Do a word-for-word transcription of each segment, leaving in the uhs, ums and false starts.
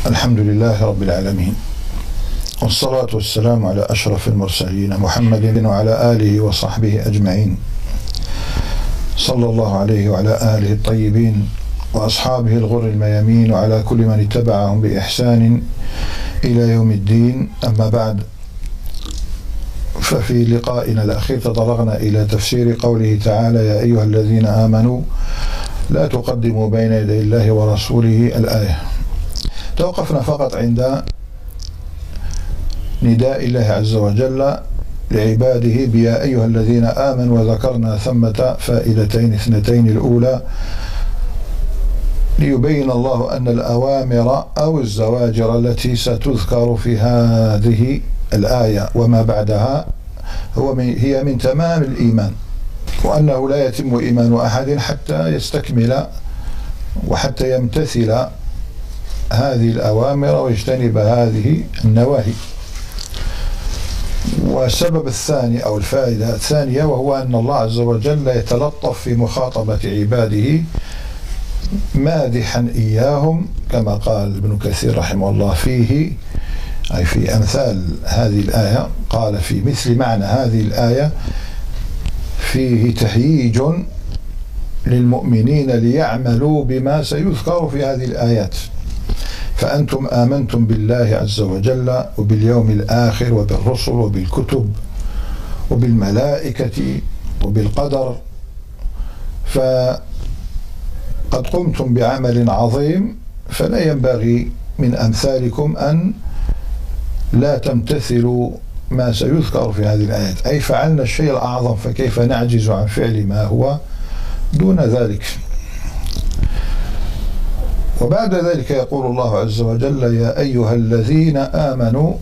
الحمد لله رب العالمين، والصلاة والسلام على أشرف المرسلين محمد وعلى آله وصحبه أجمعين، صلى الله عليه وعلى آله الطيبين وأصحابه الغر الميامين وعلى كل من اتبعهم بإحسان إلى يوم الدين. أما بعد، ففي لقائنا الأخير تطرقنا إلى تفسير قوله تعالى: يا أيها الذين آمنوا لا تقدموا بين يدي الله ورسوله، الآية. توقفنا فقط عند نداء الله عز وجل لعباده بيا أيها الذين آمنوا، وذكرنا ثمة فائدتين اثنتين. الأولى ليبين الله أن الأوامر أو الزواجر التي ستذكر في هذه الآية وما بعدها هو من هي من تمام الإيمان، وأنه لا يتم إيمان أحد حتى يستكمل وحتى يمتثل هذه الأوامر ويجتنب هذه النواهي. والسبب الثاني أو الفائدة الثانية وهو أن الله عز وجل يتلطف في مخاطبة عباده مادحا إياهم، كما قال ابن كثير رحمه الله فيه، أي في أمثال هذه الآية، قال في مثل معنى هذه الآية: فيه تهييج للمؤمنين ليعملوا بما سيذكر في هذه الآيات، فأنتم آمنتم بالله عز وجل وباليوم الآخر وبالرسل وبالكتب وبالملائكة وبالقدر، فقد قمتم بعمل عظيم، فلا ينبغي من أمثالكم أن لا تمتثلوا ما سيذكر في هذه الآيات، أي فعلنا الشيء الأعظم، فكيف نعجز عن فعل ما هو دون ذلك. وبعد ذلك يقول الله عز وجل: يا أيها الذين آمنوا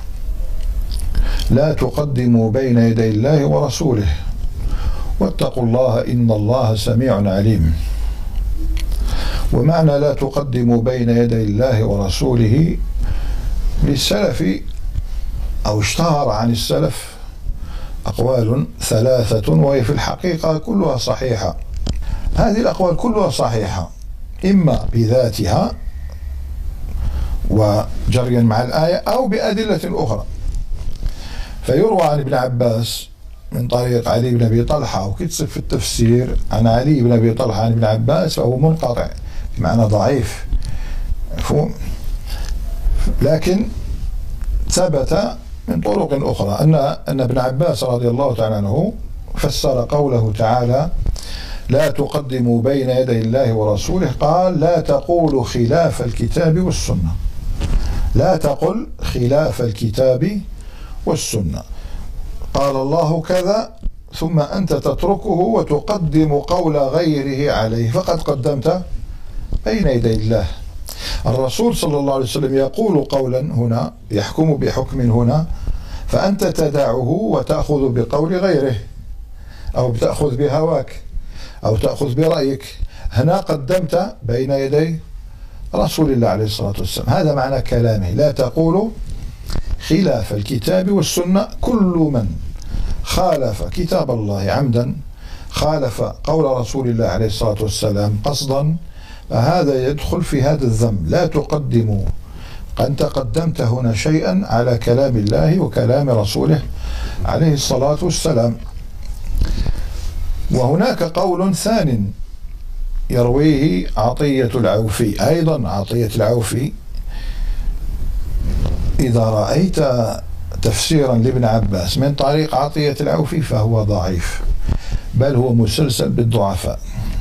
لا تقدموا بين يدي الله ورسوله واتقوا الله إن الله سميع عليم. ومعنى لا تقدموا بين يدي الله ورسوله للسلف أو اشتهر عن السلف أقوال ثلاثة، وهي في الحقيقة كلها صحيحة. هذه الأقوال كلها صحيحة، إما بذاتها وجريا مع الآية أو بأدلة أخرى. فيروى عن ابن عباس من طريق علي بن أبي طلحة، وكتصف في التفسير عن علي بن أبي طلحة عن ابن عباس، فهو منقطع بمعنى ضعيف، مفهوم، لكن ثبت من طرق أخرى أن أن ابن عباس رضي الله تعالى عنه فسر قوله تعالى: لا تقدموا بين يدي الله ورسوله، قال: لا تقولوا خلاف الكتاب والسنة، لا تقل خلاف الكتاب والسنة. قال الله كذا ثم أنت تتركه وتقدم قول غيره عليه، فقد قدمت بين يدي الله. الرسول صلى الله عليه وسلم يقول قولا هنا، يحكم بحكم هنا، فأنت تدعه وتأخذ بقول غيره، أو بتأخذ بهواك أو تأخذ برأيك. هنا قدمت بين يدي رسول الله عليه الصلاة والسلام. هذا معنى كلامه: لا تقولوا خلاف الكتاب والسنة. كل من خالف كتاب الله عمدا، خالف قول رسول الله عليه الصلاة والسلام قصدا، فهذا يدخل في هذا الذنب. لا تقدموا، أنت قدمت هنا شيئا على كلام الله وكلام رسوله عليه الصلاة والسلام. وهناك قول ثان يرويه عطية العوفي، أيضا عطية العوفي: إذا رأيت تفسيرا لابن عباس من طريق عطية العوفي فهو ضعيف، بل هو مسلسل بالضعفاء.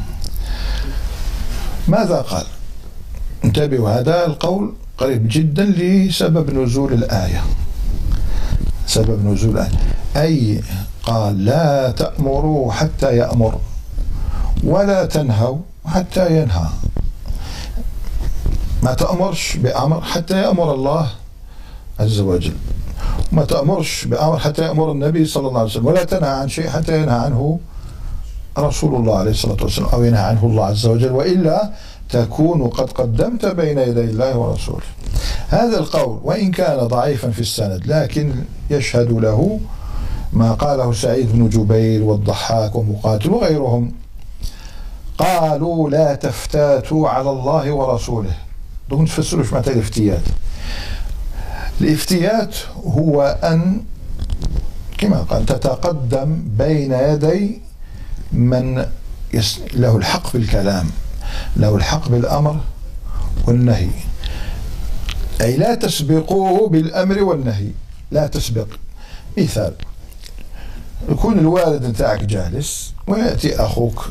ماذا قال؟ انتبهوا، هذا القول قريب جدا لسبب نزول الآية. سبب نزول الآية أي قال: لا تأمروا حتى يأمر، ولا تنهوا حتى ينهى. ما تأمرش بأمر حتى يأمر الله عز وجل، وما تأمرش بأمر حتى يأمر النبي صلى الله عليه وسلم، ولا تنهى عن شيء حتى ينهى عنه رسول الله عليه الصلاة والسلام أو ينهى عنه الله عز وجل، وإلا تكون قد قدمت بين يدي الله ورسوله. هذا القول وإن كان ضعيفا في السند، لكن يشهد له ما قاله سعيد بن جبير والضحاك ومقاتل وغيرهم. قالوا: لا تفتاتوا على الله ورسوله، دوك نتفسروا واش معناتها الافتيات. الافتيات هو أن كما قال تتقدم بين يدي من له الحق بالكلام، له الحق بالأمر والنهي، أي لا تسبقوه بالأمر والنهي، لا تسبق. مثال، يكون الوالد نتاعك جالس ويأتي أخوك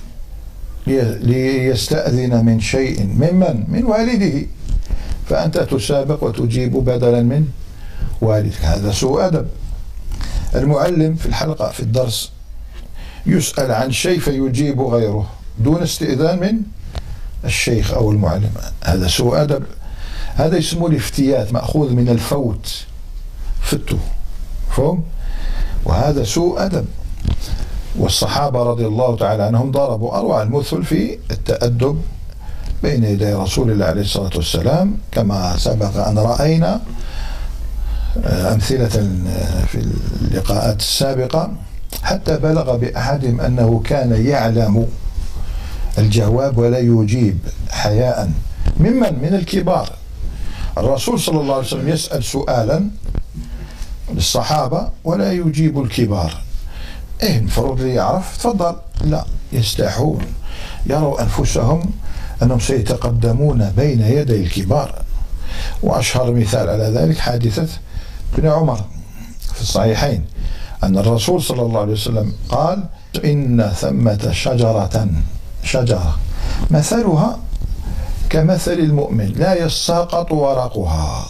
ليستأذن من شيء ممن من والده، فأنت تسابق وتجيب بدلا من والدك، هذا سوء أدب. المعلم في الحلقة في الدرس يسأل عن شيء فيجيب غيره دون استئذان من الشيخ أو المعلم، هذا سوء أدب. هذا يسموه الافتيات، مأخوذ من الفوت، فتو فهم، وهذا سوء أدب. والصحابة رضي الله تعالى عنهم ضربوا أروع المثل في التأدب بين يدي رسول الله عليه الصلاة والسلام، كما سبق أن رأينا أمثلة في اللقاءات السابقة، حتى بلغ بأحدهم أنه كان يعلم الجواب ولا يجيب حياء. ممن؟ من الكبار. الرسول صلى الله عليه وسلم يسأل سؤالا للصحابة ولا يجيب الكبار. إيه المفروض لي يعرف؟ تفضل. لا، يستحون، يروا أنفسهم أنهم سيتقدمون بين يدي الكبار. وأشهر مثال على ذلك حادثة ابن عمر في الصحيحين، أن الرسول صلى الله عليه وسلم قال: إن ثمة شجرة شجرة مثلها كمثل المؤمن لا يساقط ورقها.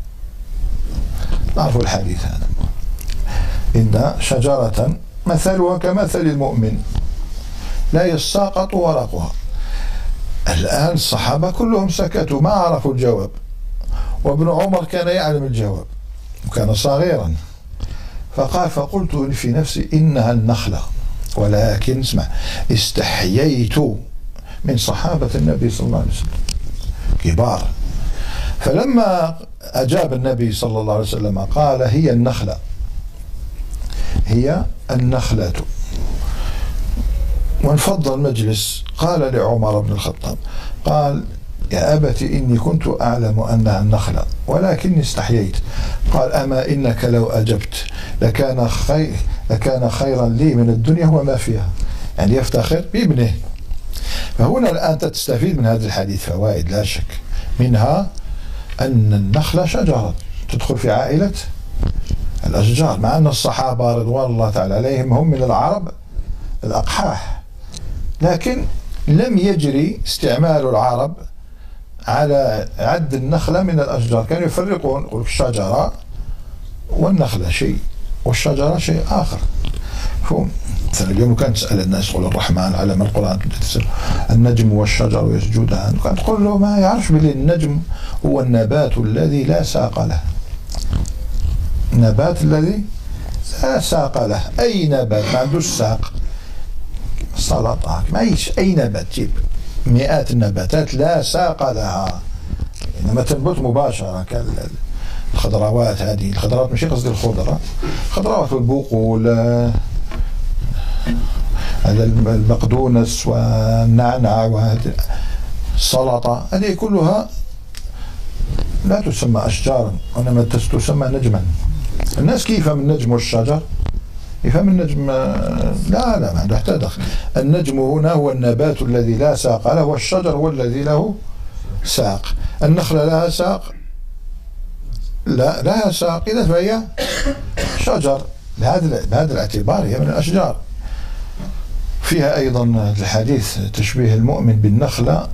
نعرف الحديث هذا. إن شجرة مثلها كمثل المؤمن لا يساقط ورقها. الآن الصحابة كلهم سكتوا، ما عرفوا الجواب، وابن عمر كان يعلم الجواب وكان صغيرا، فقال: فقلت في نفسي إنها النخلة، ولكن اسمع، استحييت من صحابة النبي صلى الله عليه وسلم كبار. فلما أجاب النبي صلى الله عليه وسلم قال: هي النخلة، هي النخلة. وانفض المجلس. قال لعمر بن الخطاب، قال: يا أبت إني كنت أعلم أنها النخلة ولكني استحييت. قال: أما إنك لو أجبت لكان خير لكان خيرا لي من الدنيا وما فيها، يعني يفتخر بابنه. فهنا الآن تستفيد من هذا الحديث فوائد لا شك، منها أن النخلة شجرة تدخل في عائلة الأشجار، مع أن الصحابة رضوان الله تعالى عليهم هم من العرب الأقحاح، لكن لم يجري استعمال العرب على عد النخلة من الأشجار، كانوا يفرقون، يقول الشجرة والنخلة شيء والشجرة شيء آخر. فهم مثلا اليوم كانت تسأل الناس تقول الرحمن علم القرآن النجم والشجر يسجدان، كانت تقول له ما يعرفش بلي النجم هو النبات الذي لا ساق له، النبات الذي لا ساق له، أي نبات ما عندوش ساق، السلطة ما يش أي نبات، جيب مئات النباتات لا ساق لها، إنما تنبت مباشرة كالخضروات. هذه الخضروات ماشي قصدي الخضرة، خضروات والبقول، هذا البقدونس والنعناع وهذه السلطة، هذه كلها لا تسمى أشجارا وإنما تسمى نجما. الناس كيف يفهم النجم والشجر؟ يفهم النجم لا لا ما عنده حتى دخل. النجم هنا هو النبات الذي لا ساق له، والشجر هو الذي له ساق. النخلة لها ساق؟ لا لها ساق، إذا فهي شجر. بهذا بهذا الاعتبار هي من الأشجار. فيها أيضا الحديث تشبيه المؤمن بالنخلة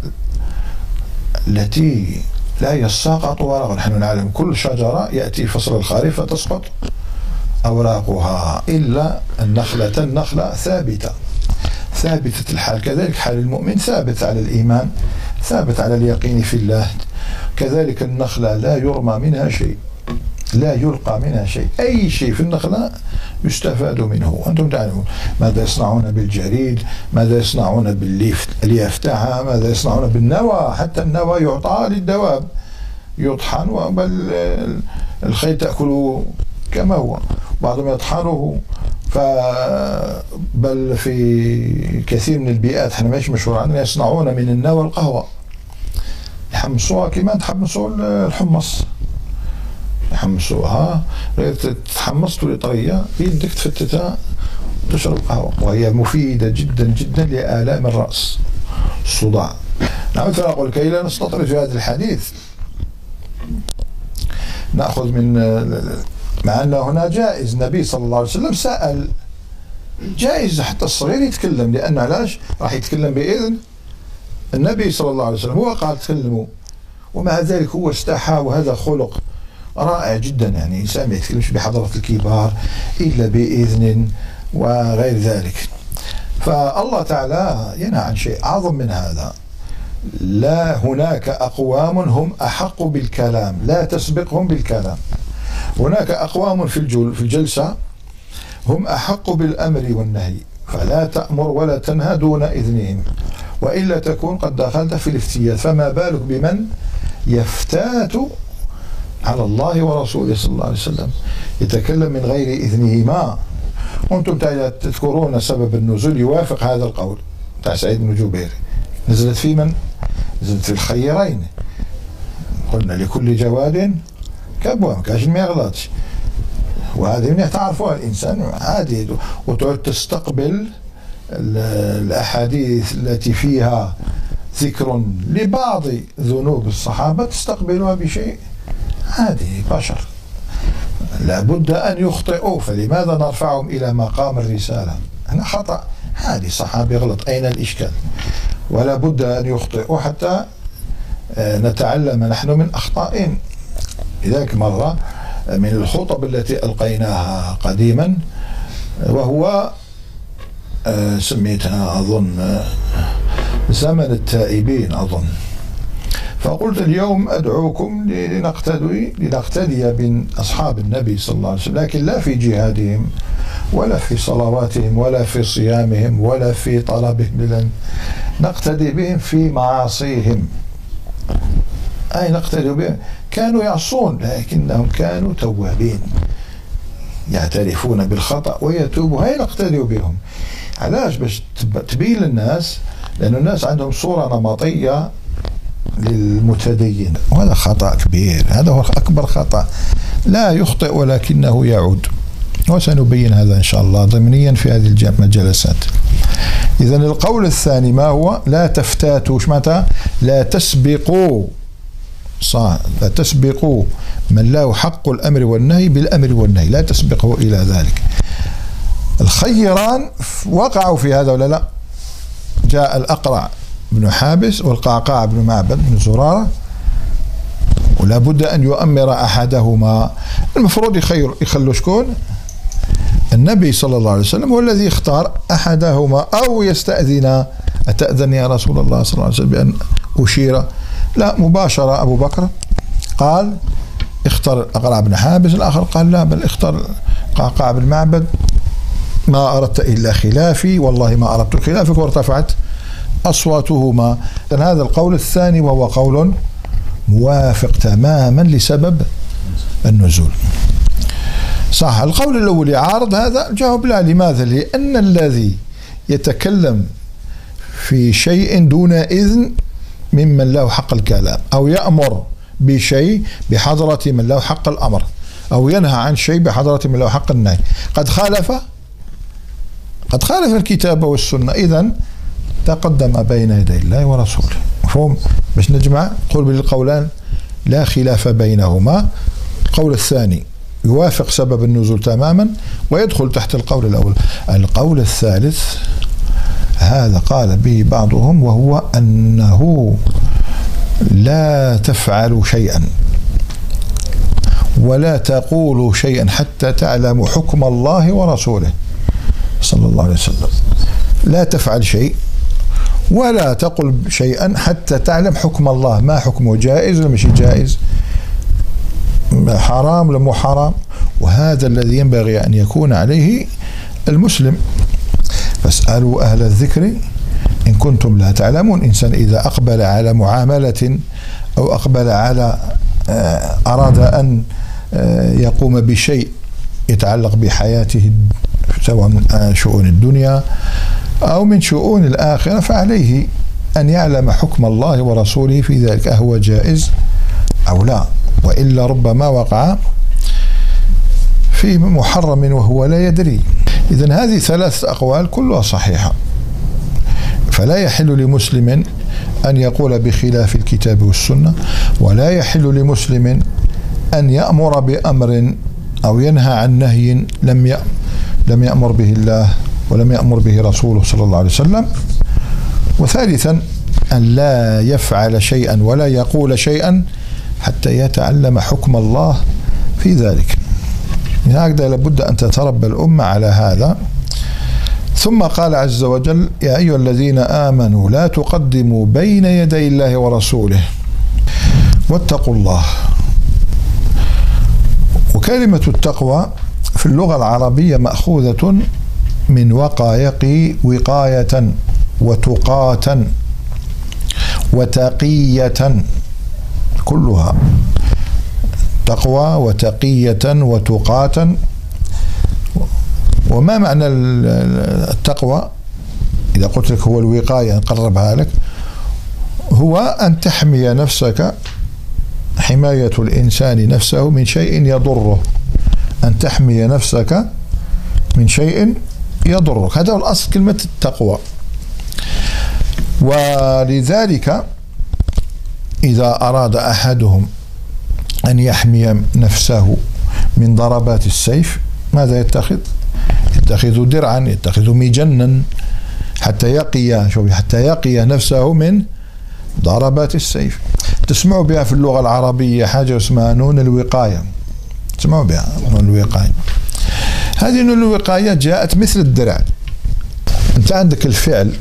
التي لا يساقط ورقها. نحن نعلم كل شجرة يأتي فصل الخريف فتسقط أوراقها، إلا النخلة النخلة ثابتة ثابتة الحال. كذلك حال المؤمن ثابت على الإيمان، ثابت على اليقين في الله. كذلك النخلة لا يرمى منها شيء، لا يلقى منها شيء، أي شيء في النخلة يستفاد منه. أنتم تعلمون ماذا يصنعون بالجريد، ماذا يصنعون بالليف تاعها، ماذا يصنعون بالنوى، حتى النوى يعطى للدواب يطحن، بل الخيل تأكله كما هو، بعضهم يطحنه. ف بل في كثير من البيئات احنا مش مشهور عندنا يصنعون من النوى القهوة، يحمصوها كما تحمصوا الحمص، يحمصوها غير تتحمص تولي طريه بيدك تفتتها تشرب قهوه، وهي مفيده جدا جدا لآلام الراس الصداع. نعم فأقول كي لا نستطرد في هذا الحديث نأخذ من مع أن هنا جائز. النبي صلى الله عليه وسلم سأل، جائز حتى الصغير يتكلم، لأن علاش راح يتكلم بإذن النبي صلى الله عليه وسلم، هو قال تكلموا، ومع ذلك هو استحى، وهذا خلق رائع جدا. يعني الإنسان ما يتكلمش بحضرة الكبار إلا بإذن وغير ذلك. فالله تعالى ينهى عن شيء أعظم من هذا. لا هناك أقوام هم أحق بالكلام، لا تسبقهم بالكلام. هناك أقوام في في الجلسة هم أحق بالأمر والنهي، فلا تأمر ولا تنهى دون إذنهم، وإلا تكون قد دخلت في الافتيات. فما بالك بمن يفتات على الله ورسوله صلى الله عليه وسلم، يتكلم من غير إذنهما. وأنتم تذكرون سبب النزول يوافق هذا القول تاع سعيد بن جبير. نزلت في من؟ نزلت في الخيرين، قلنا لكل جواد كبوة، ما كاش ما يغلطش. وهذه من تعرفوها الإنسان عادي، وتعود تستقبل الأحاديث التي فيها ذكر لبعض ذنوب الصحابة تستقبلها بشيء عادي، بشر لابد أن يخطئوا، فلماذا نرفعهم إلى مقام الرسالة؟ هنا خطأ عادي، صحابي غلط، أين الإشكال؟ ولا بد أن يخطئوا حتى نتعلم نحن من أخطائهم. لذلك مرة من الخطب التي ألقيناها قديما، وهو سميتها أظن زمن التائبين أظن، فقلت اليوم أدعوكم لنقتدي لنقتدي بأصحاب النبي صلى الله عليه وسلم، لكن لا في جهادهم ولا في صلواتهم ولا في صيامهم ولا في طلبهم للعلم، نقتدي بهم في معاصيهم. أي نقتدي بهم، كانوا يعصون لكنهم كانوا توابين، يعترفون بالخطأ ويتوبوا. هاي نقتدي بهم. علاش؟ باش تبين للناس، لأن الناس عندهم صورة نمطية للمتدين، وهذا خطأ كبير، هذا هو أكبر خطأ. لا يخطئ ولكنه يعود، وسنبين هذا إن شاء الله ضمنيا في هذه الجلسات. إذا القول الثاني ما هو؟ لا تفتاتوا. ايش معناتها؟ لا تسبقوا، صح، لا تسبقوا من له حق الأمر والنهي بالأمر والنهي، لا تسبقوا إلى ذلك. الخيران وقعوا في هذا ولا لا؟ جاء الأقرع بن حابس والقعقاع بن معبد بن زرارة، ولا بد أن يؤمر أحدهما. المفروض يخير يخلوا شكون؟ النبي صلى الله عليه وسلم هو الذي اختار أحدهما، أو يستأذن، أتأذن يا رسول الله صلى الله عليه وسلم بأن أشير؟ لا، مباشرة أبو بكر قال اختار الأقرع بن حابس، الآخر قال لا، بل اختار قعقاع بن معبد، ما أردت إلا خلافي، والله ما أردت خلافك، وارتفعت أصواتهما. هذا القول الثاني وهو قول موافق تماما لسبب النزول. صح. القول الأول يعارض هذا، جاوب لا. لماذا؟ لأن الذي يتكلم في شيء دون إذن ممن له حق الكلام، أو يأمر بشيء بحضرة من له حق الأمر، أو ينهى عن شيء بحضرة من له حق النهي، قد خالف قد خالف الكتاب والسنة. إذن تقدم بين يدي الله ورسوله. مفهوم؟ باش نجمع نقول بالقولان لا خلاف بينهما. القول الثاني يوافق سبب النزول تماما ويدخل تحت القول الأول. القول الثالث هذا قال به بعضهم، وهو أنه لا تفعلوا شيئا ولا تقولوا شيئا حتى تعلموا حكم الله ورسوله صلى الله عليه وسلم. لا تفعل شيء ولا تقل شيئا حتى تعلم حكم الله، ما حكمه، جائز ولا مش جائز، حرام ولا مو حرام. وهذا الذي ينبغي أن يكون عليه المسلم. فاسألوا أهل الذكر إن كنتم لا تعلمون. إنسان إذا أقبل على معاملة أو أقبل على أراد أن يقوم بشيء يتعلق بحياته، سواء من شؤون الدنيا أو من شؤون الآخرة، فعليه أن يعلم حكم الله ورسوله في ذلك، أهو جائز أو لا، وإلا ربما وقع في محرم وهو لا يدري. إذن هذه ثلاثة أقوال كلها صحيحة، فلا يحل لمسلم أن يقول بخلاف الكتاب والسنة، ولا يحل لمسلم أن يأمر بأمر أو ينهى عن نهي لم لم يأمر به الله ولم يأمر به رسوله صلى الله عليه وسلم. وثالثا أن لا يفعل شيئا ولا يقول شيئا حتى يتعلم حكم الله في ذلك. من هكذا لابد أن تتربى الأمة على هذا. ثم قال عز وجل: يا أيها الذين آمنوا لا تقدموا بين يدي الله ورسوله واتقوا الله. وكلمة التقوى في اللغة العربية مأخوذة من وقايق وقاية وتقاة وتقية، كلها تقوى وتقية وتقاة. وما معنى التقوى؟ إذا قلت لك هو الوقاية نقربها لك، هو أن تحمي نفسك، حماية الإنسان نفسه من شيء يضره، أن تحمي نفسك من شيء يضرك، هذا هو الأصل كلمة التقوى. ولذلك إذا أراد أحدهم أن يحمي نفسه من ضربات السيف ماذا يتخذ؟ يتخذ درعا، يتخذ مجنا حتى يقي شوف حتى يقي نفسه من ضربات السيف. تسمعوا بها في اللغة العربية حاجة اسمها نون الوقاية، تسمعوا بها نون الوقاية. هذه نون الوقاية جاءت مثل الدرع. أنت عندك الفعل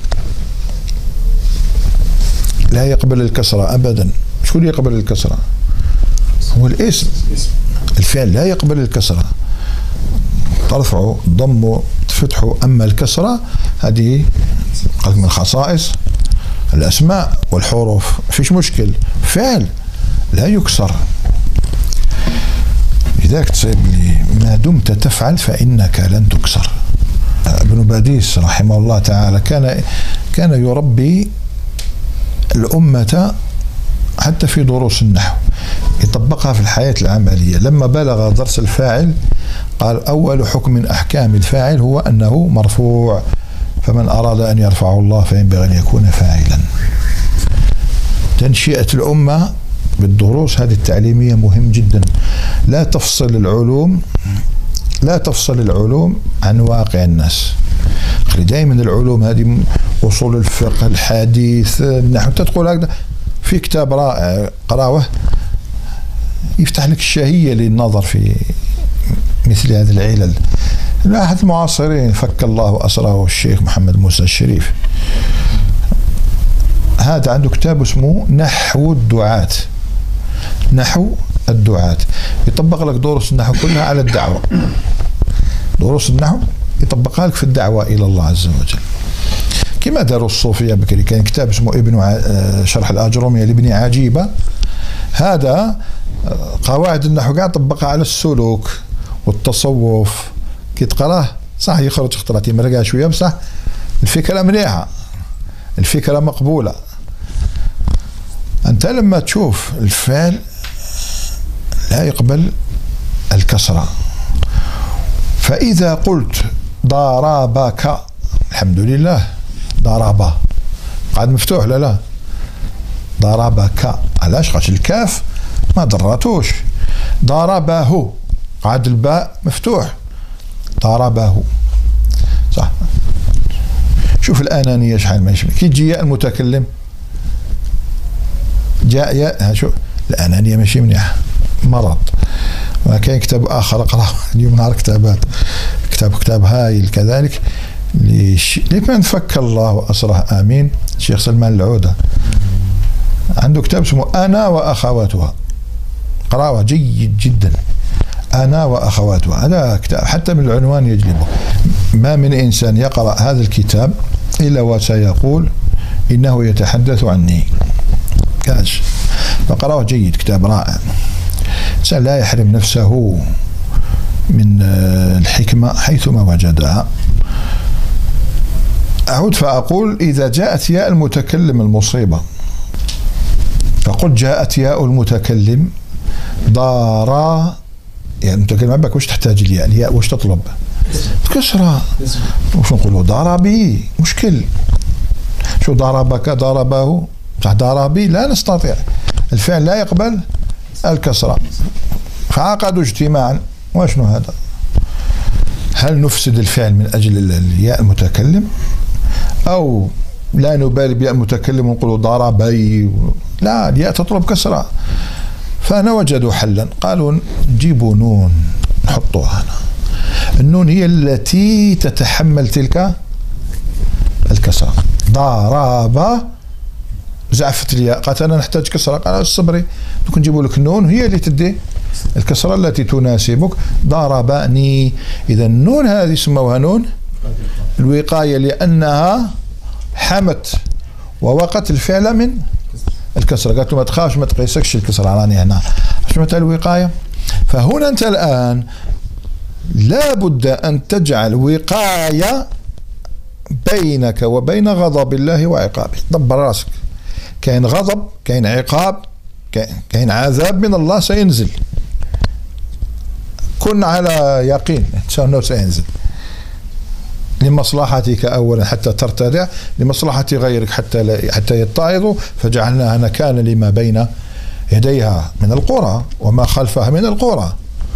لا يقبل الكسرة أبدا. شو اللي يقبل الكسرة؟ هو الاسم. الفعل لا يقبل الكسرة، ترفعه ضمه تفتحه. أما الكسرة هذه من خصائص الأسماء والحروف، فيش مشكل، فعل لا يكسر. لذلك تصيب لي ما دمت تفعل فإنك لن تكسر. ابن باديس رحمه الله تعالى كان كان يربي الأمة حتى في دروس النحو، يطبقها في الحياة العملية. لما بلغ درس الفاعل قال: أول حكم من أحكام الفاعل هو أنه مرفوع، فمن أراد أن يرفعه الله فينبغي أن يكون فاعلا. تنشئة الأمة بالدروس هذه التعليمية مهم جدا. لا تفصل العلوم لا تفصل العلوم عن واقع الناس. دائما العلوم هذه أصول الفقه، الحديث، النحو، تقول هكذا في كتاب رائع قراوه يفتح لك الشهية للنظر في مثل هذه العلل. أحد المعاصرين فك الله أسره الشيخ محمد موسى الشريف، هذا عنده كتاب اسمه نحو الدعاة. نحو الدعاة يطبق لك دروس النحو كلها على الدعوة. دروس النحو يطبقها لك في الدعوة إلى الله عز وجل، كما داروا الصوفية بكري. كان كتاب اسمه ابن شرح الأجرومية لابن عجيبة، هذا قواعد النحو قاعد طبقها على السلوك والتصوف. كي تقراه صح يخرج خطرتي مرقا شوية، بصح الفكرة مليحة، الفكرة مقبولة. أنت لما تشوف الفعل لا يقبل الكسرة، فإذا قلت ضربك الحمد لله، ضربه قاعد مفتوح، لا لا ضربك، علاش؟ خاطر الكاف ما ضراتوش. ضربه قاعد الباء مفتوح، ضربه صح. شوف الأنانية شحال ماشي كي تجي ياء المتكلم جاء ياء، شوف الأنانية ماشي منيحة، مرض. وكاين كتاب آخر أقرأ اليوم نهار كتابات، كتاب كتاب هايل كذلك لمن فك الله وأسره آمين، الشيخ سلمان العودة عنده كتاب اسمه أنا وأخواتها، قراءة جيد جدا. أنا وأخواتها هذا كتاب حتى من العنوان يجلبه. ما من إنسان يقرأ هذا الكتاب إلا وسيقول إنه يتحدث عني كاش. فقراءة جيد، كتاب رائع. الإنسان لا يحرم نفسه من الحكمة حيثما وجدها. أعود فأقول إذا جاءت ياء المتكلم المصيبة، فقلت جاءت ياء المتكلم ضارا، يعني المتكلم عبك وش تحتاج الياء؟ الياء وش تطلب؟ كسرة. وش نقولوا؟ ضربي. مشكل. شو ضربك؟ ضربه. صح، ضربي لا نستطيع، الفعل لا يقبل الكسرة، فعقدوا اجتماعا. وشنو هذا؟ هل نفسد الفعل من أجل الياء المتكلم، أو لا نبالي بياء المتكلم ونقول ضربي؟ لا، الياء تطلب كسرة. فأنا وجدوا حلا، قالوا نجيبوا نون نحطوها هنا. النون هي التي تتحمل تلك الكسرة. ضرب زعفت الياء، قالت أنا نحتاج كسرة، قال الصبري دوك نجيبوا لك النون هي اللي تدي الكسرة التي تناسبك. ضربني. إذا النون هذه سموها نون الوقاية، لأنها حمت ووقت الفعل من الكسرة. قالت له ما تخافش، ما تقيسكش الكسرة، راني هنا. شمتها الوقاية. فهنا أنت الآن لا بد أن تجعل وقاية بينك وبين غضب الله وعقابه. دبر راسك، كاين غضب، كاين عقاب، كاين عذاب من الله سينزل. كن على يقين أنه سينزل لمصلحتك أولا حتى ترتدع، لمصلحة غيرك حتى حتى يتعظوا. فجعلناها نكالا لما بين يديها من القرى وما خلفها من القرى.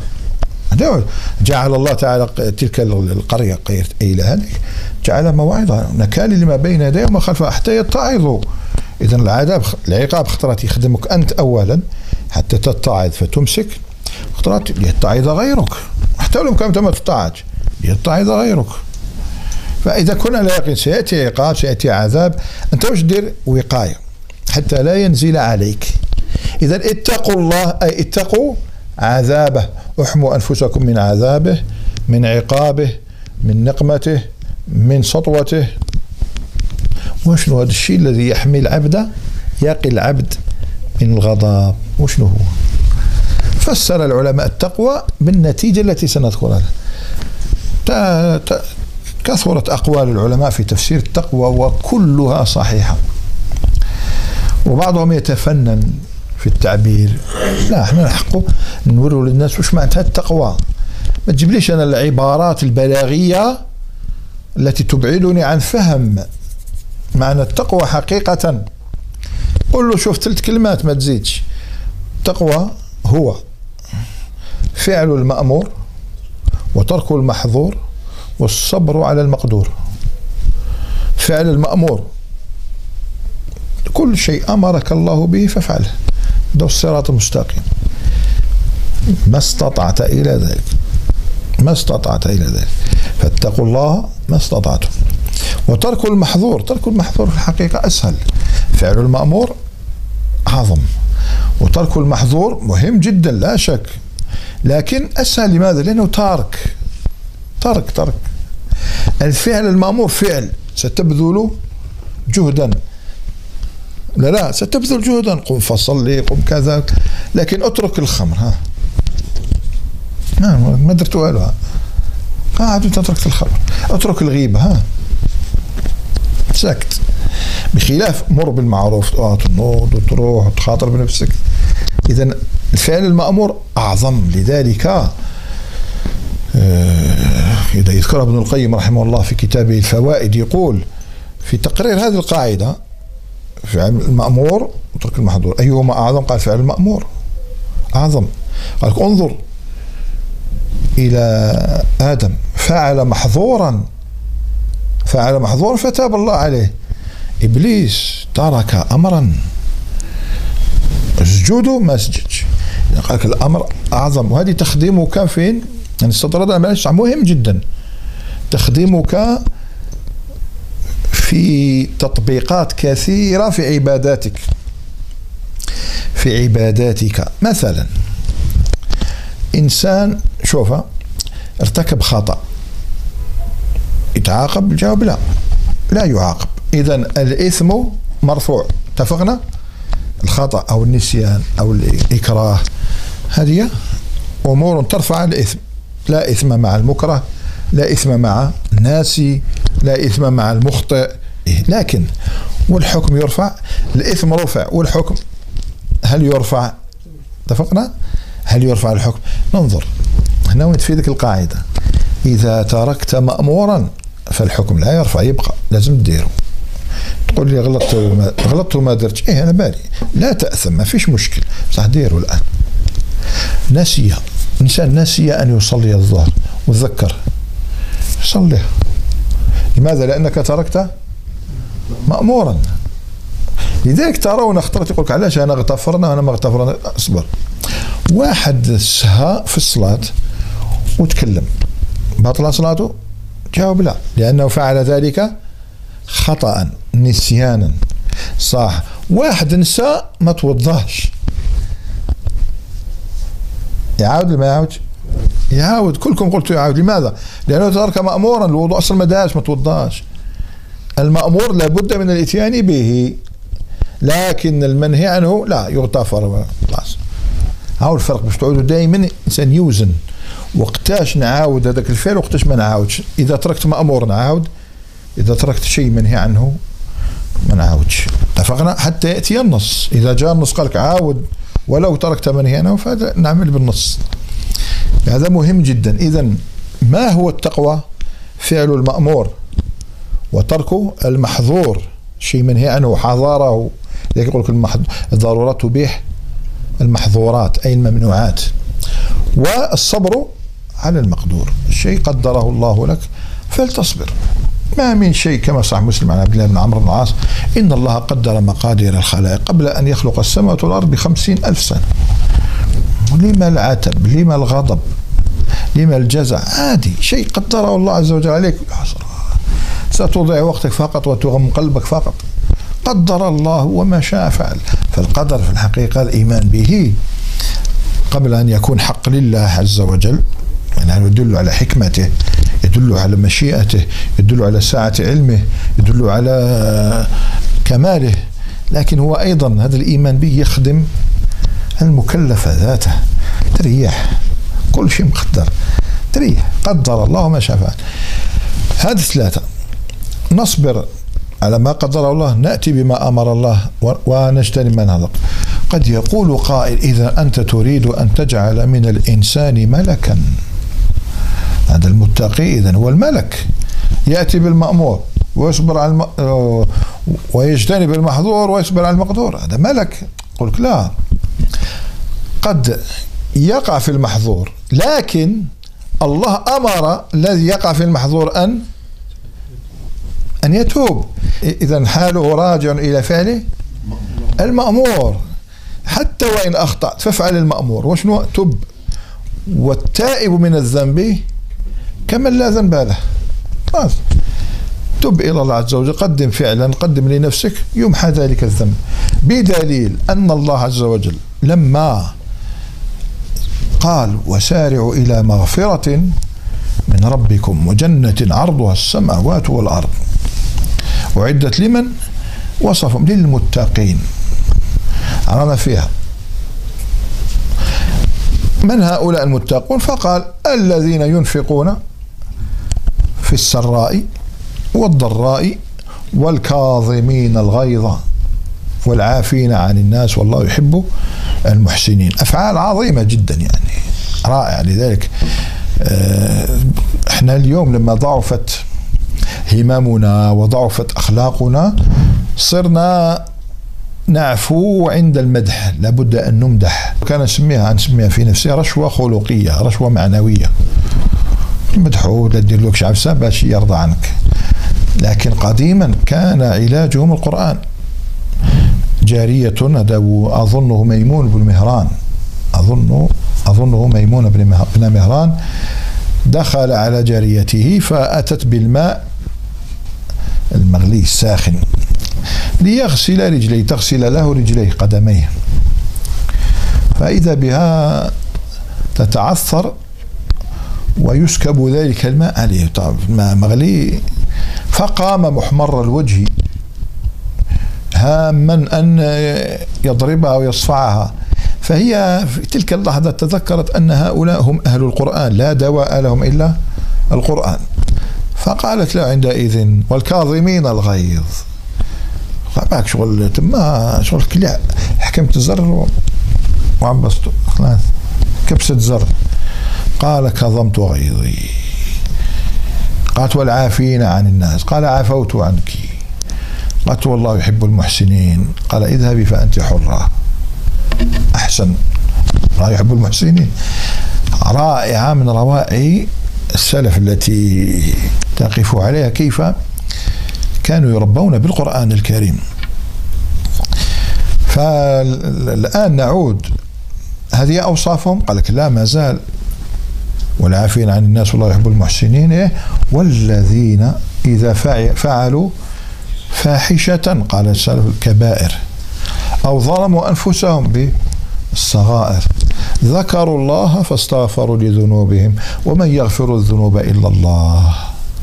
جعل الله تعالى تلك القرية قرية أيلة جعلها موعظة نكال لما بين يديها وما خلفها حتى يتعظوا. إذا العذاب العقاب خطرات يخدمك أنت أولا حتى تتعظ فتمسك، خطرات يتعظ غيرك حتى لو كنت ما تتعظ يتعظ غيرك. فإذا كنا لا يقين سيأتي عقاب سيأتي عذاب، أنت وش دير؟ وقاية حتى لا ينزل عليك. إذا اتقوا الله أي اتقوا عذابه، احموا أنفسكم من عذابه، من عقابه، من نقمته، من سطوته. وشنو هذا الشيء الذي يحمي العبد يقي العبد من الغضب؟ وشنو هو؟ فسر العلماء التقوى بالنتيجة التي سنذكرها. كثرت أقوال العلماء في تفسير التقوى وكلها صحيحة، وبعضهم يتفنن في التعبير. لا، احنا نحقوا نوروا للناس وش معناتها التقوى. ما تجيبليش انا العبارات البلاغية التي تبعدني عن فهم معنى التقوى حقيقة. قل له شوف ثلاث كلمات ما تزيدش. التقوى هو فعل المأمور وترك المحظور والصبر على المقدور. فعل المأمور كل شيء أمرك الله به فافعله، ده الصراط المستقيم، ما استطعت إلى ذلك، ما استطعت إلى ذلك، فاتقوا الله ما استطعتم. وترك المحظور، ترك المحظور في الحقيقة أسهل. فعل المأمور أعظم، وترك المحظور مهم جدا لا شك، لكن أسهل. لماذا؟ لأنه تارك ترك ترك. الفعل المأمور فعل ستبذل جهدا، لا لا ستبذل جهدا، قم فصلي قم كذا، لكن اترك الخمر. ها ما درت والو، قاعد تترك الخمر، اترك الغيبة، ها سكت. بخلاف مر بالمعروف، تنوض وتروح وتخاطر بنفسك. إذا الفعل المأمور أعظم. لذلك إذا يذكر ابن القيم رحمه الله في كتابه الفوائد يقول في تقرير هذه القاعدة: فعل المأمور وترك المحظور أيهما أعظم؟ قال فعل المأمور أعظم. قال انظر إلى آدم فعل محظورا فعل محظورا فتاب الله عليه. إبليس ترك أمرا اسجدوا ما سجدش. قال لك الأمر أعظم. وهذه تخدمك فين؟ يعني السطر هذا مهم جدا، تخدمك في تطبيقات كثيرة في عباداتك في عباداتك مثلا إنسان شوف ارتكب خطأ، يتعاقب؟ الجواب لا، لا يعاقب. إذن الإثم مرفوع، اتفقنا؟ الخطأ أو النسيان أو الإكراه هذه أمور ترفع الإثم. لا إثم مع المكره، لا إثم مع الناس لا إثم مع المخطئ، لكن والحكم يرفع، الإثم رفع والحكم هل يرفع؟ اتفقنا؟ هل يرفع الحكم؟ ننظر هنا وين تفيدك القاعدة، إذا تركت مأمورا فالحكم لا يرفع، يبقى لازم تديره. تقول لي غلطت وما غلطت وما درتش، إيه أنا بالي، لا تأثم، ما فيش مشكل، بصح ديره الآن. نسي إنسان نسي أن يصلي الظهر وتذكر صليها، لماذا؟ لأنك تركت مأمورا. لذلك ترون اخترت يقولك علاش أنا اغتفرنا وأنا ما اغتفرنا. اصبر، واحد سهى في الصلاة وتكلم، بطل صلاته؟ جاوب لا، لأنه فعل ذلك خطأ نسيانا. صح، واحد نسى ما توضاش، يعاود ولا ما يعاودش؟ يعاود. كلكم قلتوا يعاود، لماذا؟ لأنه ترك مأمورا، الوضوء أصلا ما داش، ما توضاش. المأمور لابد من الاتيان به، لكن المنهي عنه لا يغتفر. خلاص، هاو الفرق، باش تعودوا دائما إنسان يوزن وقتاش نعاود هذاك الفعل وقتاش ما نعاودش. إذا تركت مأمور نعاود، إذا تركت شيء منهي عنه ما نعاودش. اتفقنا؟ حتى يأتي النص، إذا جاء النص قالك عاود ولو تركت منهي عنه فهذا نعمل بالنص. هذا مهم جدا. إذا ما هو التقوى؟ فعل المأمور وترك المحظور، شيء منهي عنه حظاره. لذلك يقول لك الضرورات تبيح المحظورات أي الممنوعات. والصبر على المقدور، الشيء قدره الله لك فلتصبر. ما من شيء، كما صح مسلم عن عبد الله بن عمرو بن العاص: إن الله قدر مقادير الخلائق قبل أن يخلق السماوات والأرض بخمسين ألف سنة. لما العتب؟ لما الغضب؟ لما الجزع؟ عادي، شيء قدره الله عز وجل عليك. ستضيع وقتك فقط وتغم قلبك فقط، قدر الله وما شاء فعل. فالقدر في الحقيقة الإيمان به قبل أن يكون حق لله عز وجل، يعني يدل على حكمته، يدل على مشيئته، يدل على سعة علمه، يدل على كماله. لكن هو أيضا هذا الإيمان به يخدم المكلف ذاته، تريح، كل شيء مقدر، تريح، قدر الله ما شاء فعل. هذه ثلاثة، نصبر على ما قدر الله، نأتي بما أمر الله ونجتنب ما نهى. قد يقول قائل: إذا أنت تريد أن تجعل من الإنسان ملكا، هذا المتقي إذن هو الملك، يأتي بالمأمور ويصبر على الم... ويجتنب المحظور ويصبر على المقدور، هذا ملك. قل لك لا، قد يقع في المحظور، لكن الله أمر الذي يقع في المحظور أن أن يتوب. إذن حاله راجع إلى فعله المأمور، حتى وإن أخطأت فافعل المأمور. وشنو؟ تب. والتائب من الذنب كمن لا ذنب له. خلاص، تب إلى الله عز وجل، قدم فعلا، قدم لنفسك يمحى ذلك الذنب. بدليل أن الله عز وجل لما قال: وسارعوا إلى مغفرة من ربكم وجنة عرضها السماوات والأرض أعدت لمن؟ وصفهم للمتقين. عرفنا فيها من هؤلاء المتقون، فقال: الذين ينفقون في السراء والضراء والكاظمين الغيظ والعافين عن الناس والله يحب المحسنين. أفعال عظيمة جدا، يعني رائعة. لذلك احنا اليوم لما ضعفت هممنا وضعفت أخلاقنا صرنا نعفو عند المدح، لابد أن نمدح. كان نسميها نسميها في نفسي رشوة خلقية، رشوة معنوية. مدحوه لا دير لك عفسة باش يرضى عنك. لكن قديما كان علاجهم القرآن. جارية، هذا أظنه ميمون بن مهران، أظنه أظنه ميمون بن مهران، دخل على جاريته فأتت بالماء المغلي الساخن ليغسل رجليه، تغسل له رجليه قدميه، فإذا بها تتعثر ويسكب ذلك الماء عليه، طبعا الماء مغلي. فقام محمر الوجه هاما أن يضربها ويصفعها. فهي في تلك اللحظة تذكرت أن هؤلاء هم أهل القرآن، لا دواء لهم إلا القرآن. فقالت له عندئذ والكاظمين الغيظ، معك شغل تما شغل كليع، حكمت الزر وعبسته خلاص كبسة زر. قال كظمت غيظي. قالت والعافين عن الناس، قال عفوت عنك. قالت والله يحب المحسنين، قال اذهبي فأنت حرة. أحسن، الله يحب المحسنين. رائعة من روائع السلف التي تقف عليها كيف كانوا يربون بالقرآن الكريم. فالآن نعود، هذه أوصافهم. قال لك لا ما زال والعافين عن الناس والله يحب المحسنين. إيه؟ والذين إذا فعلوا فاحشة، قال السلف الكبائر، أو ظلموا أنفسهم بالصغائر، ذكروا الله فاستغفروا لذنوبهم ومن يغفر الذنوب إلا الله.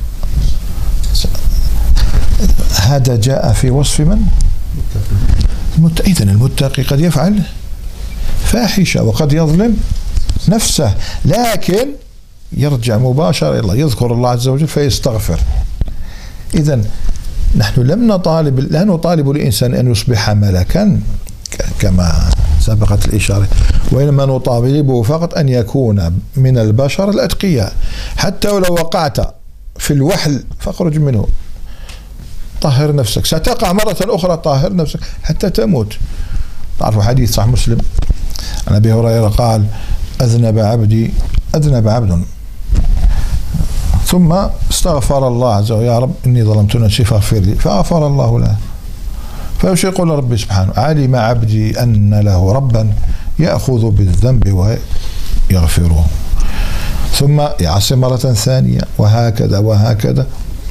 هذا جاء في وصف من؟ إذن المتقي قد يفعل فاحشة وقد يظلم نفسه، لكن يرجع مباشرة إلى الله، يذكر الله عز وجل فيستغفر. إذن نحن لم نطالب، لا نطالب الإنسان أن يصبح ملكا كما سبقت الإشارة، وإنما نطالبه فقط أن يكون من البشر الأتقياء. حتى ولو وقعت في الوحل فاخرج منه، طهر نفسك، ستقع مرة أخرى طهر نفسك حتى تموت. تعرفوا حديث صحيح مسلم عن أبي هريرة قال أذنب عبدي أذنب عبد ثم استغفر الله عز وجل، يا رب إني ظلمت نفسي فاغفر لي، فغفر الله له. فيش يقول ربي سبحانه علم عبدي أن له ربا يأخذ بالذنب ويغفره، ثم يعصي مرة ثانية، وهكذا وهكذا.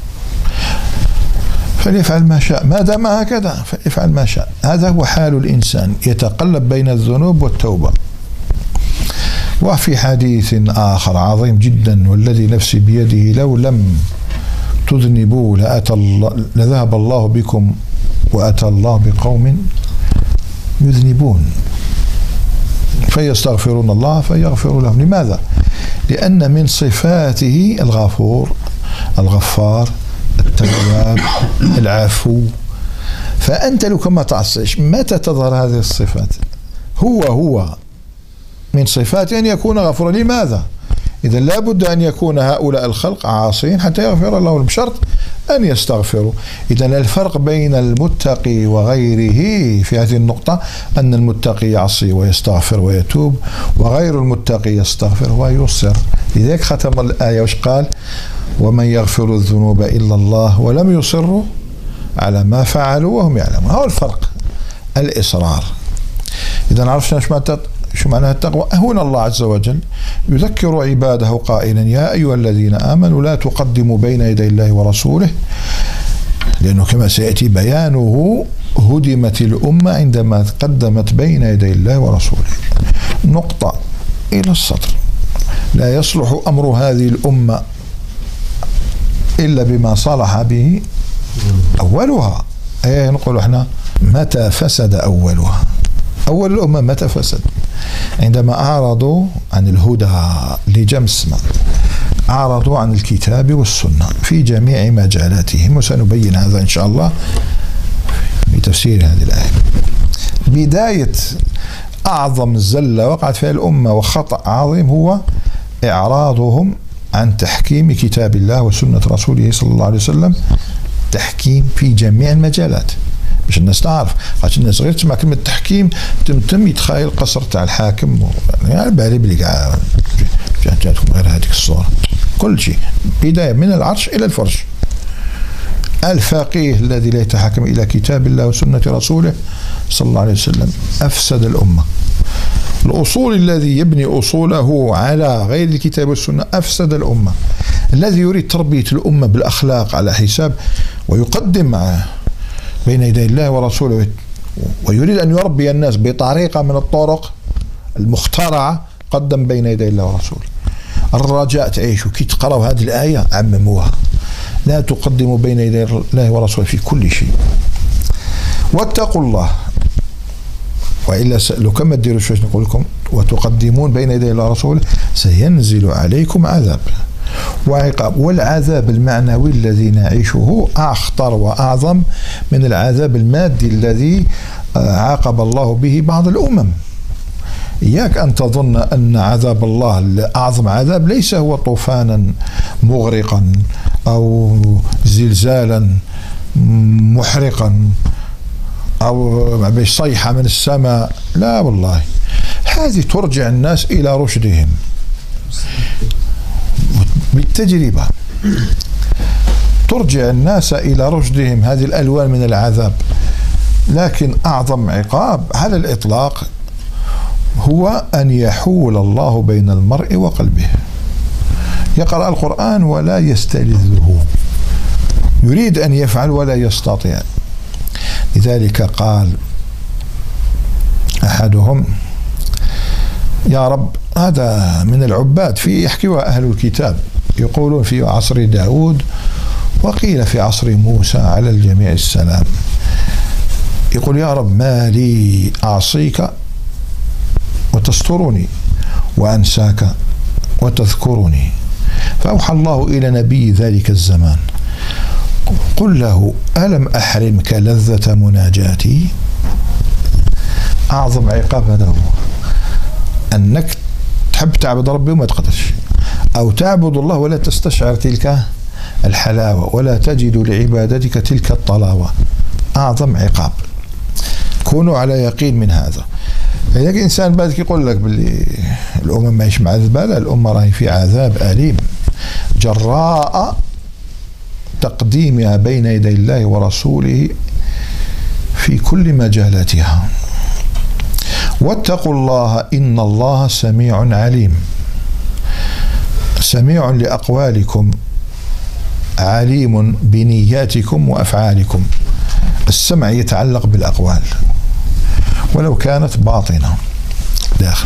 فليفعل ما شاء، ما دام هكذا فليفعل ما شاء. هذا هو حال الإنسان، يتقلب بين الذنوب والتوبة. وفي حديث آخر عظيم جدا والذي نفسي بيده لو لم تذنبوا لأتى الله لذهب الله بكم وأتى الله بقوم يذنبون فيستغفرون الله فيغفر لهم. لماذا؟ لأن من صفاته الغفور الغفار التواب العفو. فأنت لو كما تعصيش متى تظهر هذه الصفات؟ هو هو من صفاته أن يكون غفورا. لماذا؟ إذا لابد أن يكون هؤلاء الخلق عاصين حتى يغفر الله لهم، بشرط أن يستغفروا. إذا الفرق بين المتقي وغيره في هذه النقطة أن المتقي يعصي ويستغفر ويتوب، وغير المتقي يستغفر ويصر. لذلك ختم الآية وش قال؟ ومن يغفر الذنوب إلا الله ولم يصروا على ما فعلوا وهم يعلمون. هو الفرق، الإصرار. إذا عرفنا شو معنى التقوى. هنا الله عز وجل يذكر عباده قائلا يا أيها الذين آمنوا لا تقدموا بين يدي الله ورسوله، لأنه كما سيأتي بيانه هدمت الأمة عندما قدمت بين يدي الله ورسوله. نقطة إلى السطر. لا يصلح أمر هذه الأمة إلا بما صلح به أولها. أي نقول احنا متى فسد أولها؟ أول الأمة متى فسد؟ عندما أعرضوا عن الهدى لجمس، أعرضوا عن الكتاب والسنة في جميع مجالاتهم، وسنبين هذا إن شاء الله في تفسير هذه الآية. بداية أعظم زلة وقعت فيها الأمة وخطأ عظيم هو إعراضهم عن تحكيم كتاب الله وسنة رسوله صلى الله عليه وسلم، تحكيم في جميع المجالات. باش الناس تعرف، خاطر الناس غير تسمع كلمة تحكيم تم يتخيل القصر تاع الحاكم، يعني بالي بلي كاع جاتكم غير هذيك الصورة. كل شيء بداية من العرش إلى الفرش. الفقيه الذي لا يتحكم إلى كتاب الله وسنة رسوله صلى الله عليه وسلم أفسد الأمة. الأصول الذي يبني أصوله على غير الكتاب والسنة أفسد الأمة. الذي يريد تربية الأمة بالأخلاق على حساب ويقدم بين يدي الله ورسوله ويريد أن يربي الناس بطريقة من الطرق المخترعة، قدم بين يدي الله ورسوله. الرجاء تعيشوا كي تقرأوا هذه الآية عمموها، لا تقدموا بين يدي الله ورسوله في كل شيء. واتقوا الله، وإلا لو كما تديروا شو نقول لكم وتقدمون بين يدي الله ورسوله سينزل عليكم عذاب. وعقاب. والعذاب المعنوي الذي نعيشه أخطر وأعظم من العذاب المادي الذي عاقب الله به بعض الأمم. إياك أن تظن أن عذاب الله أعظم عذاب ليس هو طوفانا مغرقا أو زلزالا محرقا أو صيحة من السماء، لا والله، هذه ترجع الناس إلى رشدهم بالتجربة، ترجع الناس إلى رشدهم هذه الألوان من العذاب. لكن أعظم عقاب على الإطلاق هو أن يحول الله بين المرء وقلبه، يقرأ القرآن ولا يستلذه، يريد أن يفعل ولا يستطيع. لذلك قال أحدهم: يا رب، هذا من العباد، في يحكيها أهل الكتاب، يقولون في عصر داود وقيل في عصر موسى على الجميع السلام، يقول: يا رب، ما لي أعصيك وتسترني وأنساك وتذكرني. فأوحى الله إلى نبي ذلك الزمان: قل له ألم أحرمك لذة مناجاتي؟ أعظم عقاب له أنك تحب تعبد ربي وما تقدرش، أو تعبد الله ولا تستشعر تلك الحلاوة ولا تجد لعبادتك تلك الطلاوة. أعظم عقاب. كونوا على يقين من هذا. يعني إنسان بعد يقول لك باللي الأمم ماهيش معذبة، لا، الأمة راهي في عذاب أليم جراء تقديمها بين يدي الله ورسوله في كل مجالاتها. واتقوا الله إن الله سميع عليم. سميع لأقوالكم، عليم بنياتكم وأفعالكم. السمع يتعلق بالأقوال ولو كانت باطنة داخل.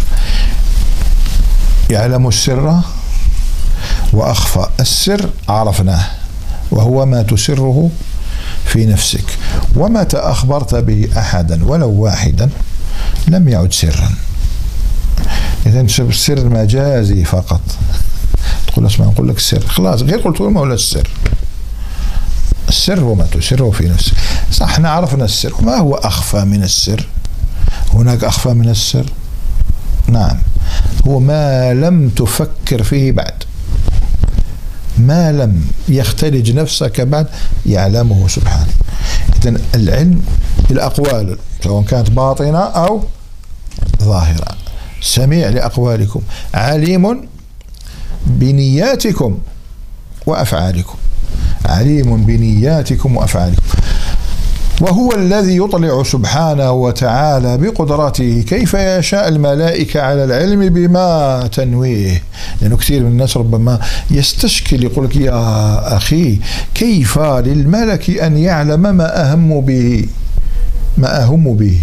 يعلم السر وأخفى. السر عرفناه وهو ما تسره في نفسك، ومتى أخبرت به أحدا ولو واحدا لم يعد سرا. إذن السر مجازي فقط. تقول اسمع نقول لك السر، خلاص، غير قلت له ما هو السر. السر هو ما تسره في نفسك. صح، احنا عرفنا السر. ما هو أخفى من السر؟ هناك أخفى من السر؟ نعم، هو ما لم تفكر فيه بعد، ما لم يختلج نفسك بعد يعلمه سبحانه. إذن العلم بالأقوال سواء كانت باطنة أو ظاهرة. سميع لأقوالكم، عليم بنياتكم وأفعالكم. عليم بنياتكم وأفعالكم. وهو الذي يطلع سبحانه وتعالى بقدرته كيف يشاء الملائكة على العلم بما تنويه. لأنه يعني كثير من الناس ربما يستشكل، يقول لك: يا أخي، كيف للملك أن يعلم ما أهم به ما أهم به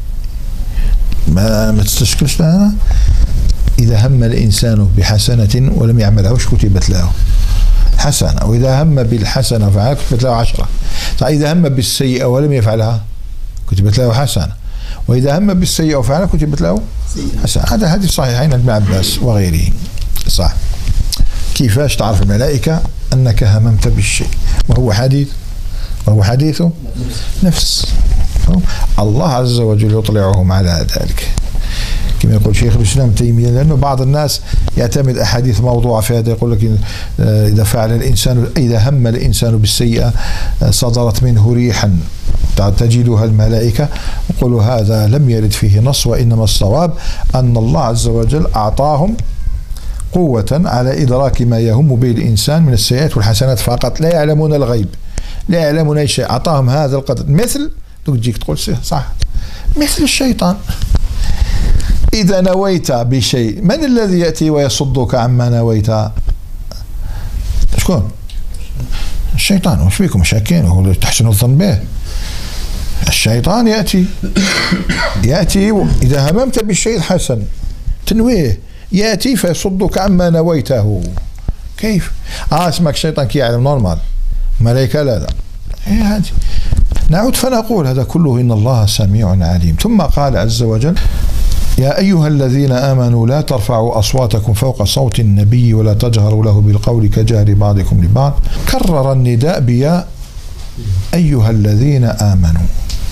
ما, ما تستشكلش لها. إذا هم الإنسان بحسنة ولم يعملها وش كتبت له؟ حسنة. وإذا هم بالحسنة فعلها كتبت له عشرة. إذا هم بالسيئة ولم يفعلها كتبت له حسنة. وإذا هم بالسيئة وفعلها كتبت له حسنة. هذا هذه صحيحين ابن عباس وغيره. صح. كيفاش تعرف الملائكة أنك هممت بالشيء وهو حديث وهو حديث نفس. الله عز وجل يطلعهم على ذلك كما يقول شيخ الإسلام تيمية. لأنه بعض الناس يعتمد أحاديث موضوعة في هذا، يقول لك إذا فعل الإنسان إذا هم الإنسان بالسيئة صدرت منه ريحا تجدها الملائكة. يقولوا هذا لم يرد فيه نص، وإنما الصواب أن الله عز وجل أعطاهم قوة على إدراك ما يهم به الإنسان من السيئات والحسنات فقط، لا يعلمون الغيب، لا يعلمون أي شيء. أعطاهم هذا القدر. مثل تجيك تقول صح، مثل الشيطان. إذا نويت بشيء، من الذي يأتي ويصدك عما نويت؟ شكون؟ الشيطان. وش بيكم شاكين وهو تحسن الظن به؟ الشيطان يأتي يأتي إذا هممت بالشيء الحسن تنويه، يأتي فيصدك عما نويته. كيف؟ آه اسمك شيطان كي يعلم نورمال، ملائكة لا لا. إيه هذه. نعود فنقول هذا كله إن الله سميع عليم. ثم قال عز وجل: يا أيها الذين آمنوا لا ترفعوا أصواتكم فوق صوت النبي ولا تجهروا له بالقول كجهر بعضكم لبعض. كرر النداء بيا أيها الذين آمنوا.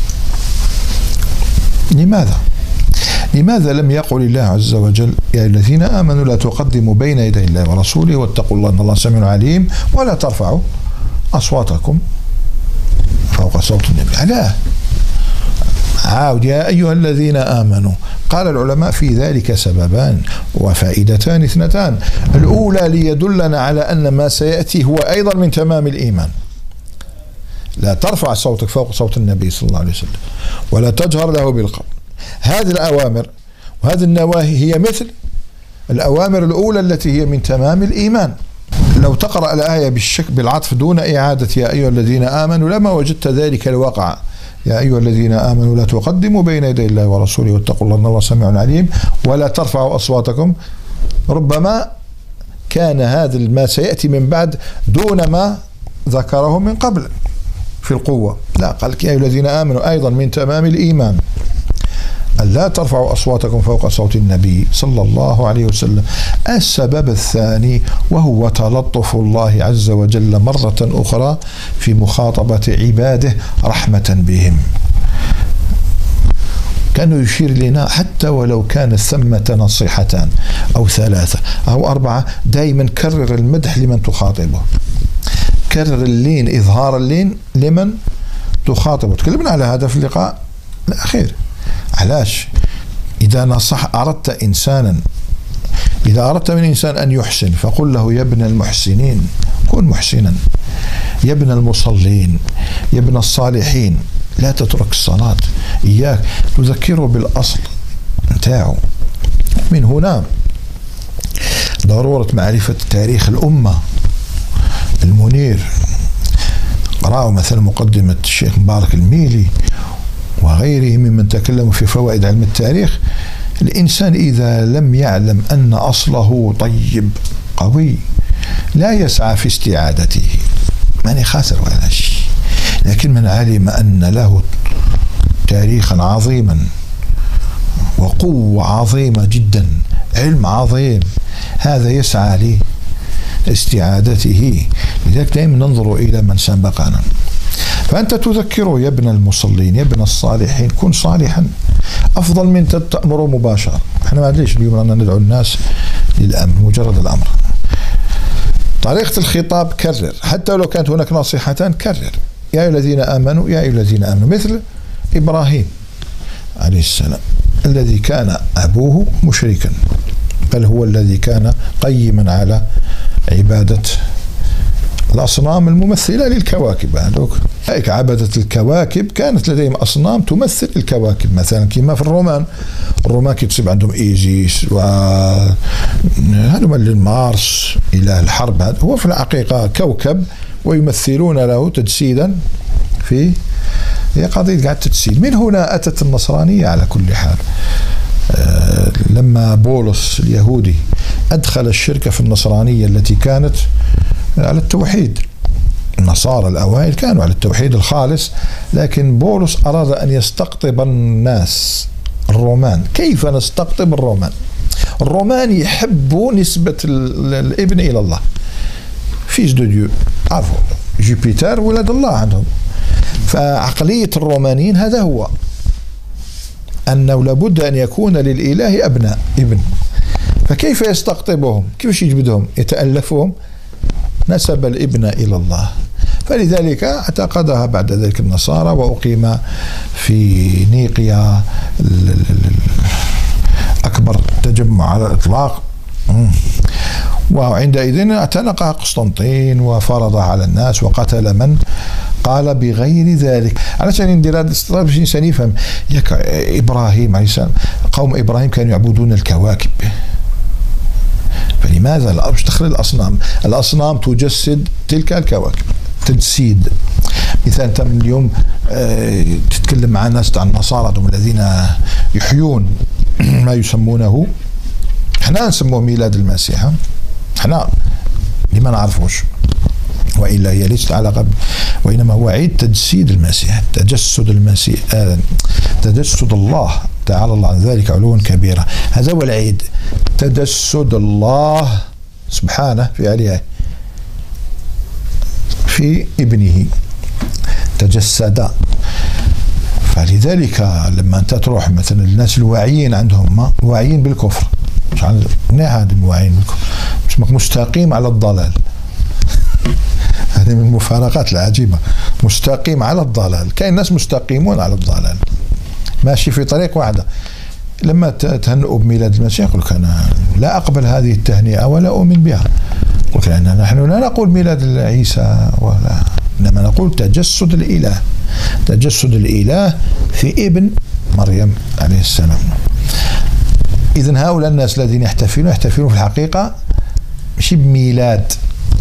لماذا؟ لماذا لم يقل الله عز وجل يا الذين آمنوا لا تقدموا بين يدي الله ورسوله واتقوا الله إن الله سميع عليم ولا ترفعوا أصواتكم فوق صوت النبي؟ لا، عاود يا أيها الذين آمنوا. قال العلماء في ذلك سببان وفائدتان اثنتان. الأولى ليدلنا على أن ما سيأتي هو أيضا من تمام الإيمان. لا ترفع صوتك فوق صوت النبي صلى الله عليه وسلم ولا تجهر له بالقول. هذه الأوامر وهذه النواهي هي مثل الأوامر الأولى التي هي من تمام الإيمان. لو تقرأ الآية بالشك بالعطف دون إعادة يا أيها الذين آمنوا لما وجدت ذلك الواقع. يا أيها الذين آمنوا لا تقدموا بين يدي الله ورسوله واتقوا الله إن الله سميع عليم ولا ترفعوا أصواتكم. ربما كان هذا ما سيأتي من بعد دون ما ذكره من قبل في القوة. لا، قال يا أيها الذين آمنوا أيضا من تمام الإيمان لا ترفعوا أصواتكم فوق صوت النبي صلى الله عليه وسلم. السبب الثاني وهو تلطف الله عز وجل مرة أخرى في مخاطبة عباده رحمة بهم. كانوا يشير لنا حتى ولو كان ثمة نصيحتان أو ثلاثة أو أربعة، دائما كرر المدح لمن تخاطبه، كرر اللين، إظهار اللين لمن تخاطبه. تكلمنا على هذا في اللقاء الأخير. علاش؟ إذا نصح أردت إنسانا إذا أردت من إنسان أن يحسن فقل له يا ابن المحسنين، كن محسنا، يا ابن المصلين، يا ابن الصالحين، لا تترك الصلاة، إياك تذكره بالأصل نتاعو. من هنا ضرورة معرفة تاريخ الأمة المنير. قرأوا مثلا مقدمة الشيخ مبارك الميلي وغيره ممن تكلموا في فوائد علم التاريخ. الإنسان إذا لم يعلم أن أصله طيب قوي لا يسعى في استعادته، ماني خاسر ولا شيء. لكن من علم أن له تاريخا عظيما وقوة عظيمة جدا، علم عظيم، هذا يسعى لاستعادته. لذلك دائما ننظر إلى من سبقنا. فأنت تذكره يا ابن المصلين، يا ابن الصالحين، كن صالحا أفضل من تأمره مباشرة. احنا ما عندناش اليوم أننا ندعو الناس للأمر، مجرد الأمر. طريقة الخطاب كرر، حتى لو كانت هناك نصيحتان كرر. يا أيها الذين آمنوا، يا أيها الذين آمنوا، مثل إبراهيم عليه السلام الذي كان أبوه مشركا، بل هو الذي كان قيما على عبادة الأصنام الممثلة للكواكب. هذوك هيك عبدة الكواكب كانت لديهم أصنام تمثل الكواكب، مثلا كما في الرومان. الرومان كتصيب عندهم إيزيس و هذا المارس إله الحرب. هذا هو في الحقيقة كوكب ويمثلون له تجسيدا في هي قضية قاعد تجسيد. من هنا أتت النصرانية على كل حال. أه لما بولس اليهودي أدخل الشرك في النصرانية التي كانت على التوحيد، النصارى الأوائل كانوا على التوحيد الخالص، لكن بولس أراد أن يستقطب الناس الرومان. كيف نستقطب الرومان؟ الرومان يحبوا نسبة الابن إلى الله، فيس دو ديو، عرفوا جوبيتر ولد الله عندهم. فعقلية الرومانيين هذا هو أنه لابد أن يكون للإله أبناء، ابن. فكيف يستقطبهم؟ كيف يجبدهم؟ يتألفهم؟ نسب الابن إلى الله. فلذلك اعتقدها بعد ذلك النصارى، وأقيم في نيقيا أكبر تجمع على الإطلاق، وعندئذ اعتنقها قسطنطين وفرضها على الناس وقتل من قال بغير ذلك. علشان ندير هذا الاستطراد باش الانسان يفهم. ياك ابراهيم عليه السلام، قوم ابراهيم كانوا يعبدون الكواكب، فلماذا لا تخلي الأصنام؟ الأصنام تجسد تلك الكواكب تجسيد. مثلا أنت من اليوم تتكلم مع ناس عن النصارى الذين يحيون ما يسمونه، احنا نسموه ميلاد المسيح، احنا لما نعرفوش، وإلا هي ليست علاقة، وإنما هو عيد تجسيد المسيح، تجسد المسيح، تجسد الله تعالى الله عن ذلك علوا كبيرا. هذا هو العيد، تجسد الله سبحانه في عليه في ابنه، تجسد. فلذلك لما انت تروح مثلا الناس الواعيين عندهم واعيين بالكفر، مش عن هذا الواعيين بالكفر اسمك مستقيم على الضلال. هذه من المفارقات العجيبة، مستقيم على الضلال. كاين ناس مستقيمون على الضلال ماشي في طريق واحدة. لما تهنئوا بميلاد المسيح يقول لك أنا لا أقبل هذه التهنئة ولا أؤمن بها. قلت لأن نحن لا نقول ميلاد عيسى ولا، إنما نقول تجسد الإله، تجسد الإله في ابن مريم عليه السلام. إذن هؤلاء الناس الذين يحتفلون يحتفلون في الحقيقة مش بميلاد.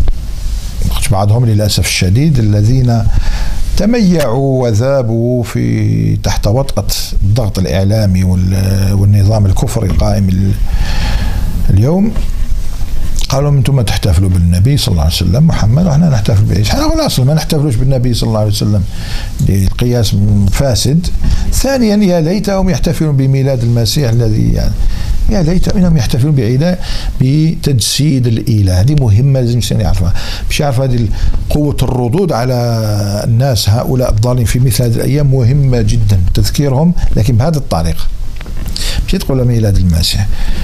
بعضهم للأسف الشديد الذين تميعوا وذابوا في تحت وطأة الضغط الإعلامي والنظام الكفري القائم اليوم، قالوا انتم تحتفلوا بالنبي صلى الله عليه وسلم محمد واحنا نحتفل بعيسى. احنا اول اصلا ما نحتفلوش بالنبي صلى الله عليه وسلم، القياس فاسد. ثانيا يا ليتهم يحتفلون بميلاد المسيح الذي يعني يا ليت انهم يحتفلون بعيد بتجسيد الاله. هذه مهمه لازم الانسان يعرفها، باش يعرف هذه قوه الردود على الناس هؤلاء الضالين في مثل هذه الايام. مهمه جدا تذكيرهم، لكن بهذه الطريقه مش تقول ميلاد المسيح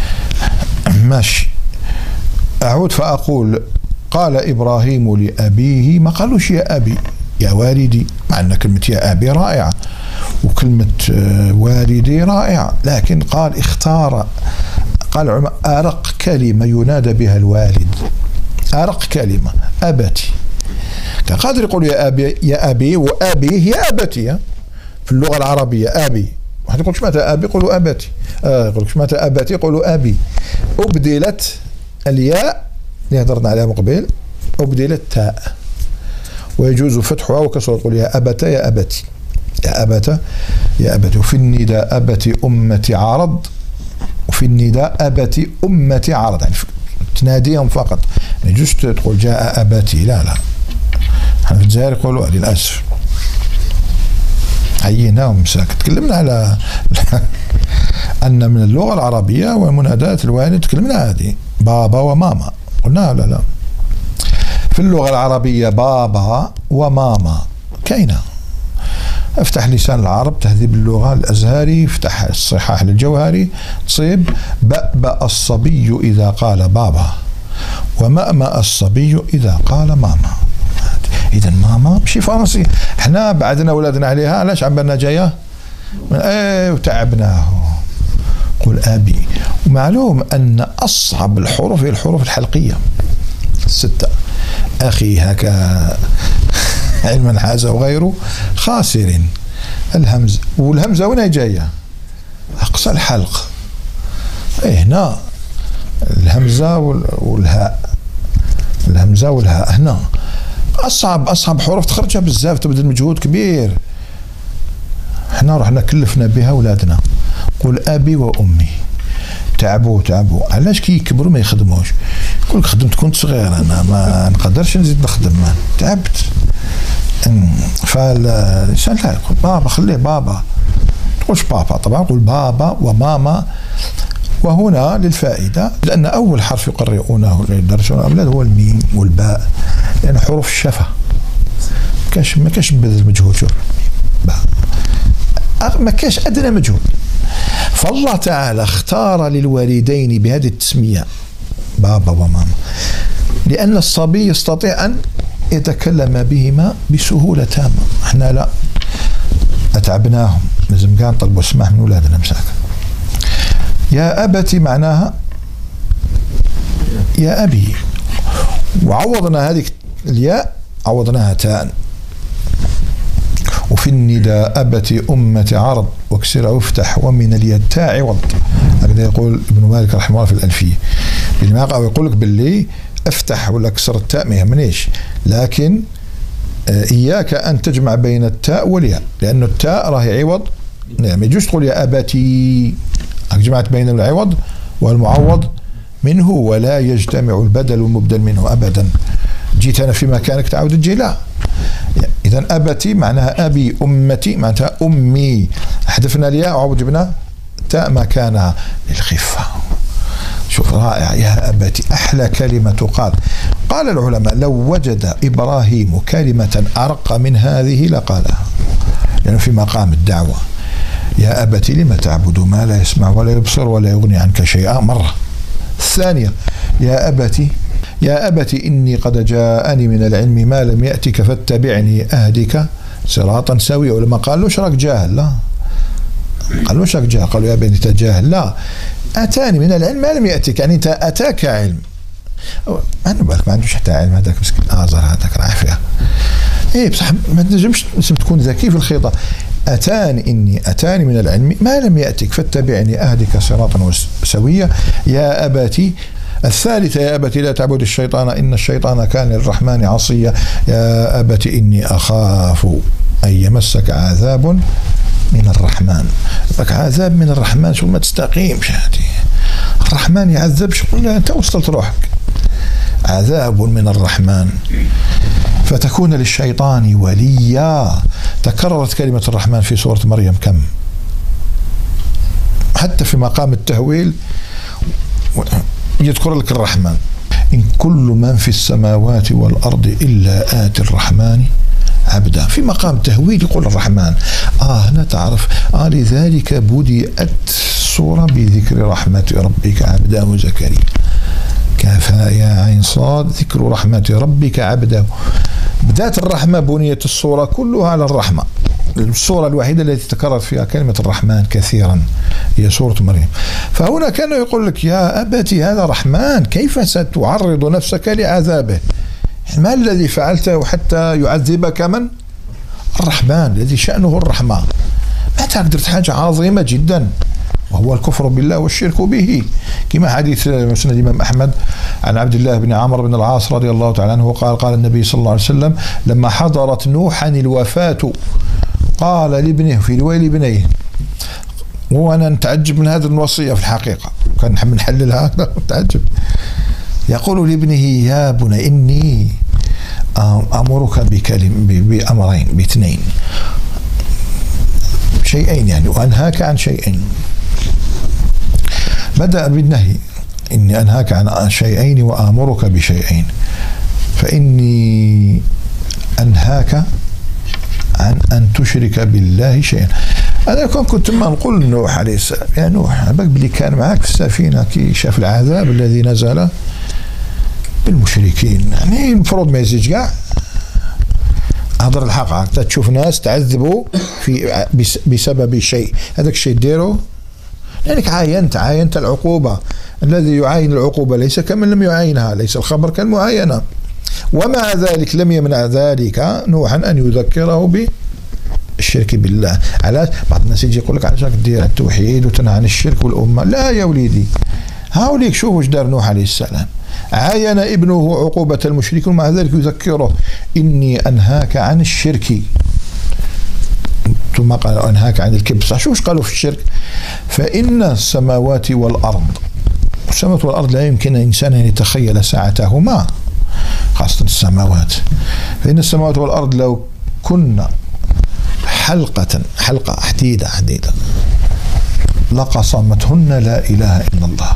ماشي. أعود فأقول قال إبراهيم لأبيه، ما قالوش يا أبي يا والدي، مع أن كلمة يا أبي رائعة وكلمة والدي رائعة، لكن قال اختار، قال العلماء أرق كلمة ينادى بها الوالد، أرق كلمة أبتي. كان قادر يقول يا أبي يا أبي وأبيه يا أبتي في اللغة العربية أبي. واحد يقول شمات أبي يقولوا أبتي، آه يقول شمات أبتي يقولوا أبي. أبدلت الياء اللي هضرنا عليها من قبل، أبدلت تاء، ويجوز فتحها وكسرها، تقول يا أبت يا أبتي يا أبت يا أبتي. وفي النداء أبتي أمتي عرض، وفي النداء أبتي أمتي عرض، يعني تناديهم فقط، ما يجوز تقول جاء أبتي، لا لا. احنا في الجزائر يقولوا للأسف عيناهم مساك. تكلمنا على أن من اللغة العربية ومنادات الوالد تكلمنا هذه بابا وماما، قلنا لا لا في اللغة العربية بابا وماما كاينة. افتح لسان العرب تهذيب اللغة الأزهري، افتح الصحاح للجوهري، تصيب بأبأ الصبي إذا قال بابا، ومأمأ الصبي إذا قال ماما. إذا ماما ماشي فرنسي، احنا بعدنا أولادنا عليها، علاش عبالنا جاية من ايه وتعبناه. قل أبي. ومعلوم أن أصعب الحروف هي الحروف الحلقية الستة، أخي هكا علما حاز وغيره خاسر. الهمز، والهمزة وين جاية؟ أقصى الحلق. إيه هنا الهمزة والهاء، الهمزة والهاء هنا أصعب أصعب حروف تخرجها بزاف، تبذل مجهود كبير. احنا رحنا كلفنا بها أولادنا. قل أبي وأمي. تعبوا تعبوا، علاش كي يكبروا ما يخدموش؟ يقول لك خدمت كنت صغير أنا ما نقدرش نزيد نخدم، تعبت. فالإنسان لا يقول بابا، خليه بابا، تقولش بابا طبعا، قول بابا وماما. وهنا للفائدة، لأن أول حرف يقرؤونه يدرسون الأولاد هو الميم والباء، لأن حروف الشفة كاش ما كاش بذل مجهود. شوف ما كاش أدنى مجهود. فالله تعالى اختار للوالدين بهذه التسمية بابا وماما، لأن الصبي يستطيع أن يتكلم بهما بسهولة تامة. احنا لا، أتعبناهم، لازم كان نطلبوا السماح من أولادنا مساكن. يا أبتي معناها يا أبي، وعوضنا هذه الياء عوضناها تاء. وفي النداء أبتي أمتي عرض واكسر وافتح، ومن الياء تاء عوض. هكذا يقول ابن مالك رحمه الله في الألفية. بالمعنى يقول لك باللي افتح ولا كسر التاء ما يهمنيش، لكن إياك أن تجمع بين التاء والياء، لأن التاء راهي عوض. نعم ما يجوز تقول يا أبتي، جمعت بين العوض والمعوض منه، ولا يجتمع البدل والمبدل منه أبدا. جيت أنا في مكانك تعود تجي لا. إذا أبتي معناها أبي، أمتي معناها أمي، حذفنا الياء وعوض جبنا التاء مكانها للخفة. شوف رائع. يا أبت أحلى كلمة تقال. قال العلماء لو وجد إبراهيم كلمة أرق من هذه لقالها، لأنه يعني في مقام الدعوة. يا أبت لم تعبد ما لا يسمع ولا يبصر ولا يغني عنك شيئا مرة. الثانية يا أبت يا أبت إني قد جاءني من العلم ما لم يأتك فاتبعني أهدك صراطا سويا. ولما قالوش راك جاهل، لا قالوش راك جاهل، قالوا يا بني تجاهل، لا أتاني من العلم ما لم يأتك، يعني أنت أتاك علم. أنا بالك ما عندوش حتى علم هذاك مسكين آزر هذاك راه فيها. إيه بصح ما تنجمش تكون ذكي في الخطاب. أتاني إني أتاني من العلم ما لم يأتك فاتبعني أهدك صراطا سويا. يا أبتي. الثالثة يا أبت لا تعبد الشيطان إن الشيطان كان للرحمن عصيا. يا أبت إني أخاف أن يمسك عذاب من الرحمن. لك عذاب من الرحمن، شو ما تستقيمش هذه. الرحمن يعذبش، قل أنت وصلت روحك. عذاب من الرحمن فتكون للشيطان وليا. تكررت كلمة الرحمن في سورة مريم كم؟ حتى في مقام التهويل يذكر لك الرحمن. إن كل من في السماوات والأرض إلا آتي الرحمن عبدا. في مقام تهويل يقول الرحمن. آه هنا تعرف آه لذلك بدأت السورة بذكر رحمة ربك عبده زكريا. كافها يا عين صاد ذكر رحمة ربك عبده. بدأت الرحمة، بنيت السورة كلها على الرحمة. السورة الوحيدة التي تكررت فيها كلمة الرحمن كثيرا هي سورة مريم. فهنا كان يقول لك يا أبتي هذا رحمن، كيف ستعرض نفسك لعذابه؟ ما الذي فعلته حتى يعذبك من؟ الرحمن الذي شأنه الرحمة. ما تقدر حاجة عظيمة جدا وهو الكفر بالله والشرك به، كما حديث مسند الإمام أحمد عن عبد الله بن عمرو بن العاص رضي الله تعالى عنه قال قال النبي صلى الله عليه وسلم لما حضرت نوحا الوفاة قال لابنه في رواية لابنيه، وأنا نتعجب من هذه الوصية في الحقيقة، كان نحب نحللها نتعجب. يقول لابنه يا بني إني أمرك بكلم بأمرين باثنين شيئين يعني وأنهاك عن شيئين. بدأ بالنهي إني أنهاك عن شيئين وآمرك بشيئين. فإني أنهاك عن أن تشرك بالله شيئا. أنا كنت ما نقول نوح عليه السلام يا نوح بالك بلي كان معك في السفينة كي شاف العذاب الذي نزل بالمشركين، يعني المفروض ما يزيدش كاع. هضر الحق حتى تشوف ناس تعذبوا في بسبب شيء، هذاك الشيء ديرو لأنك عاينت عاينت العقوبة. الذي يعاين العقوبة ليس كمن لم يعاينها، ليس الخبر كالمعاينة. ومع ذلك لم يمنع ذلك نوحا أن يذكره بالشرك بالله. علاش بعض الناس يجي يقول لك علاش راك دير التوحيد وتنهى عن الشرك والأمة؟ لا يا وليدي، هاوليك شوفوا واش دار نوح عليه السلام. عاين ابنه عقوبة المشرك ومع ذلك يذكره إني أنهاك عن الشرك، ثم قال أنهاك عن الكبر. صح شو قالوا في الشرك؟ فإن السماوات والأرض، السماوات والأرض لا يمكن إنسان أن يتخيل ساعتهما، خاصة السماوات. فإن السماوات والأرض لو كنا حلقة حلقة حديدة حديدة لقصمتهن لا إله إلا الله.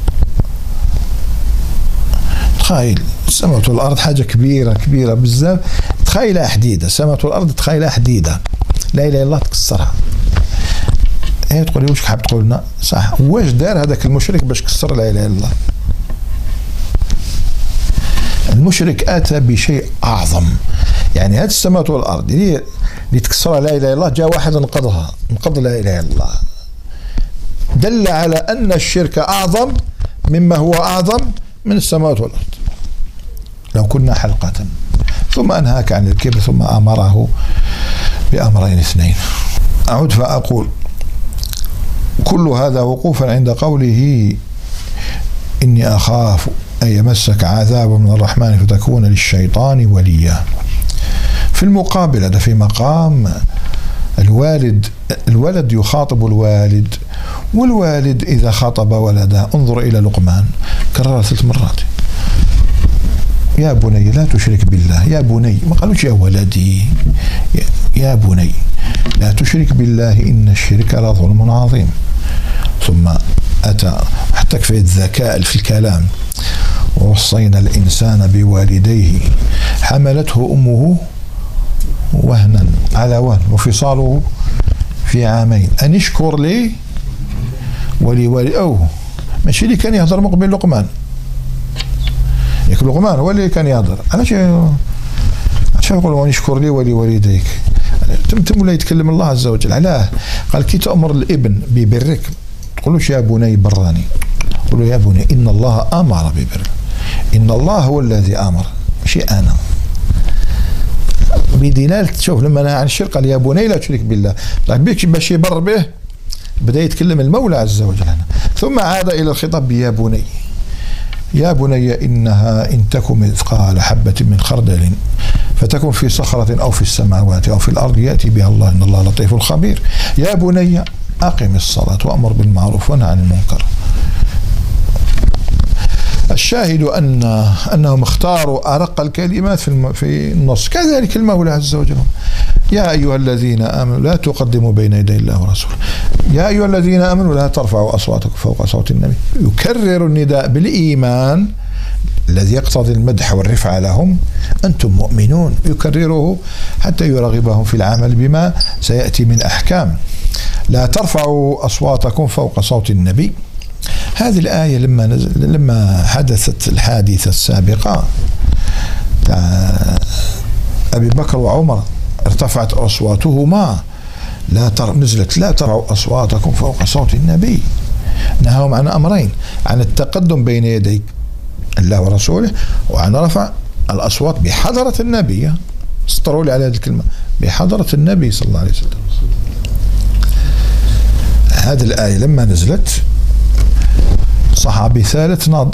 تخيل السماوات والأرض حاجة كبيرة كبيرة بزاف، تخيلها حديدة. السماوات والأرض تخيلها حديدة، لا إله إلا الله تكسرها. ايه تقول لي واش حاب تقول لنا؟ صح، واش دار هذاك المشرك باش كسر لا إله إلا الله؟ المشرك أتى بشيء أعظم، يعني هذه السماوات والأرض اللي تكسرها لا إله إلا الله، جاء واحد نقضها، نقض لا إله إلا الله. دل على أن الشرك أعظم مما هو أعظم من السماوات والأرض. لو كنا حلقة. ثم أنهاك عن الكبر ثم أمره بأمرين اثنين. أعود فأقول كل هذا وقوفا عند قوله إني أخاف أن يمسك عذاب من الرحمن فتكون للشيطان وليا. في المقابل هذا في مقام الوالد، الولد يخاطب الوالد، والوالد إذا خاطب ولده انظر إلى لقمان كرر ثلاث مرات يا بني لا تشرك بالله. يا بني، ما قالوش يا ولدي، يا بني لا تشرك بالله إن الشرك لظلم عظيم. ثم أتى حتى كفاية الذكاء في الكلام. ووصينا الإنسان بوالديه حملته أمه وهنا على وهن وفصاله في عامين أن يشكر لي ولوالديه. أو ماشي اللي كان يهضر مقبل لقمان، ياك لقمان هو اللي كان يهضر. علاش علاش يقولوا نشكر لي ولوالديك؟ تم تم ولا يتكلم الله عز وجل. علاه؟ قال كي تأمر الابن ببرك تقولوش يا بني براني، قولوا يا بني إن الله أمر ببر، إن الله هو الذي أمر ماشي أنا. بدلالة شوف لما نهى عن الشرك قال يا بني لا تشرك بالله، بيك باش يبر به بدأ يتكلم المولى عز وجل هنا. ثم عاد إلى الخطاب بيا بني، يا بني إنها إن تكن مثقال حبة من خردل فتكن في صخرة أو في السماوات أو في الأرض يأتي بها الله إن الله لطيف خبير. يا بني أقم الصلاة وأمر بالمعروف وانهى عن المنكر. الشاهد أن أنهم اختاروا أرق الكلمات في في النص. كذلك المولى عز وجل يا أيها الذين آمنوا لا تقدموا بين يدي الله ورسوله، يا أيها الذين آمنوا لا ترفعوا أصواتكم فوق صوت النبي. يكرر النداء بالإيمان الذي يقتضي المدح والرفعة لهم، أنتم مؤمنون، يكرره حتى يرغبهم في العمل بما سيأتي من أحكام. لا ترفعوا أصواتكم فوق صوت النبي. هذه الآية لما نزل لما حدثت الحادثة السابقة أبي بكر وعمر ارتفعت أصواتهما، لا تر نزلت لا ترفعوا أصواتكم فوق صوت النبي. نهاهم عن أمرين، عن التقدم بين يدي الله ورسوله، وعن رفع الأصوات بحضرة النبي. اسطروا لي على هذه الكلمة، بحضرة النبي صلى الله عليه وسلم. هذه الآية لما نزلت صحابي ثالث ناض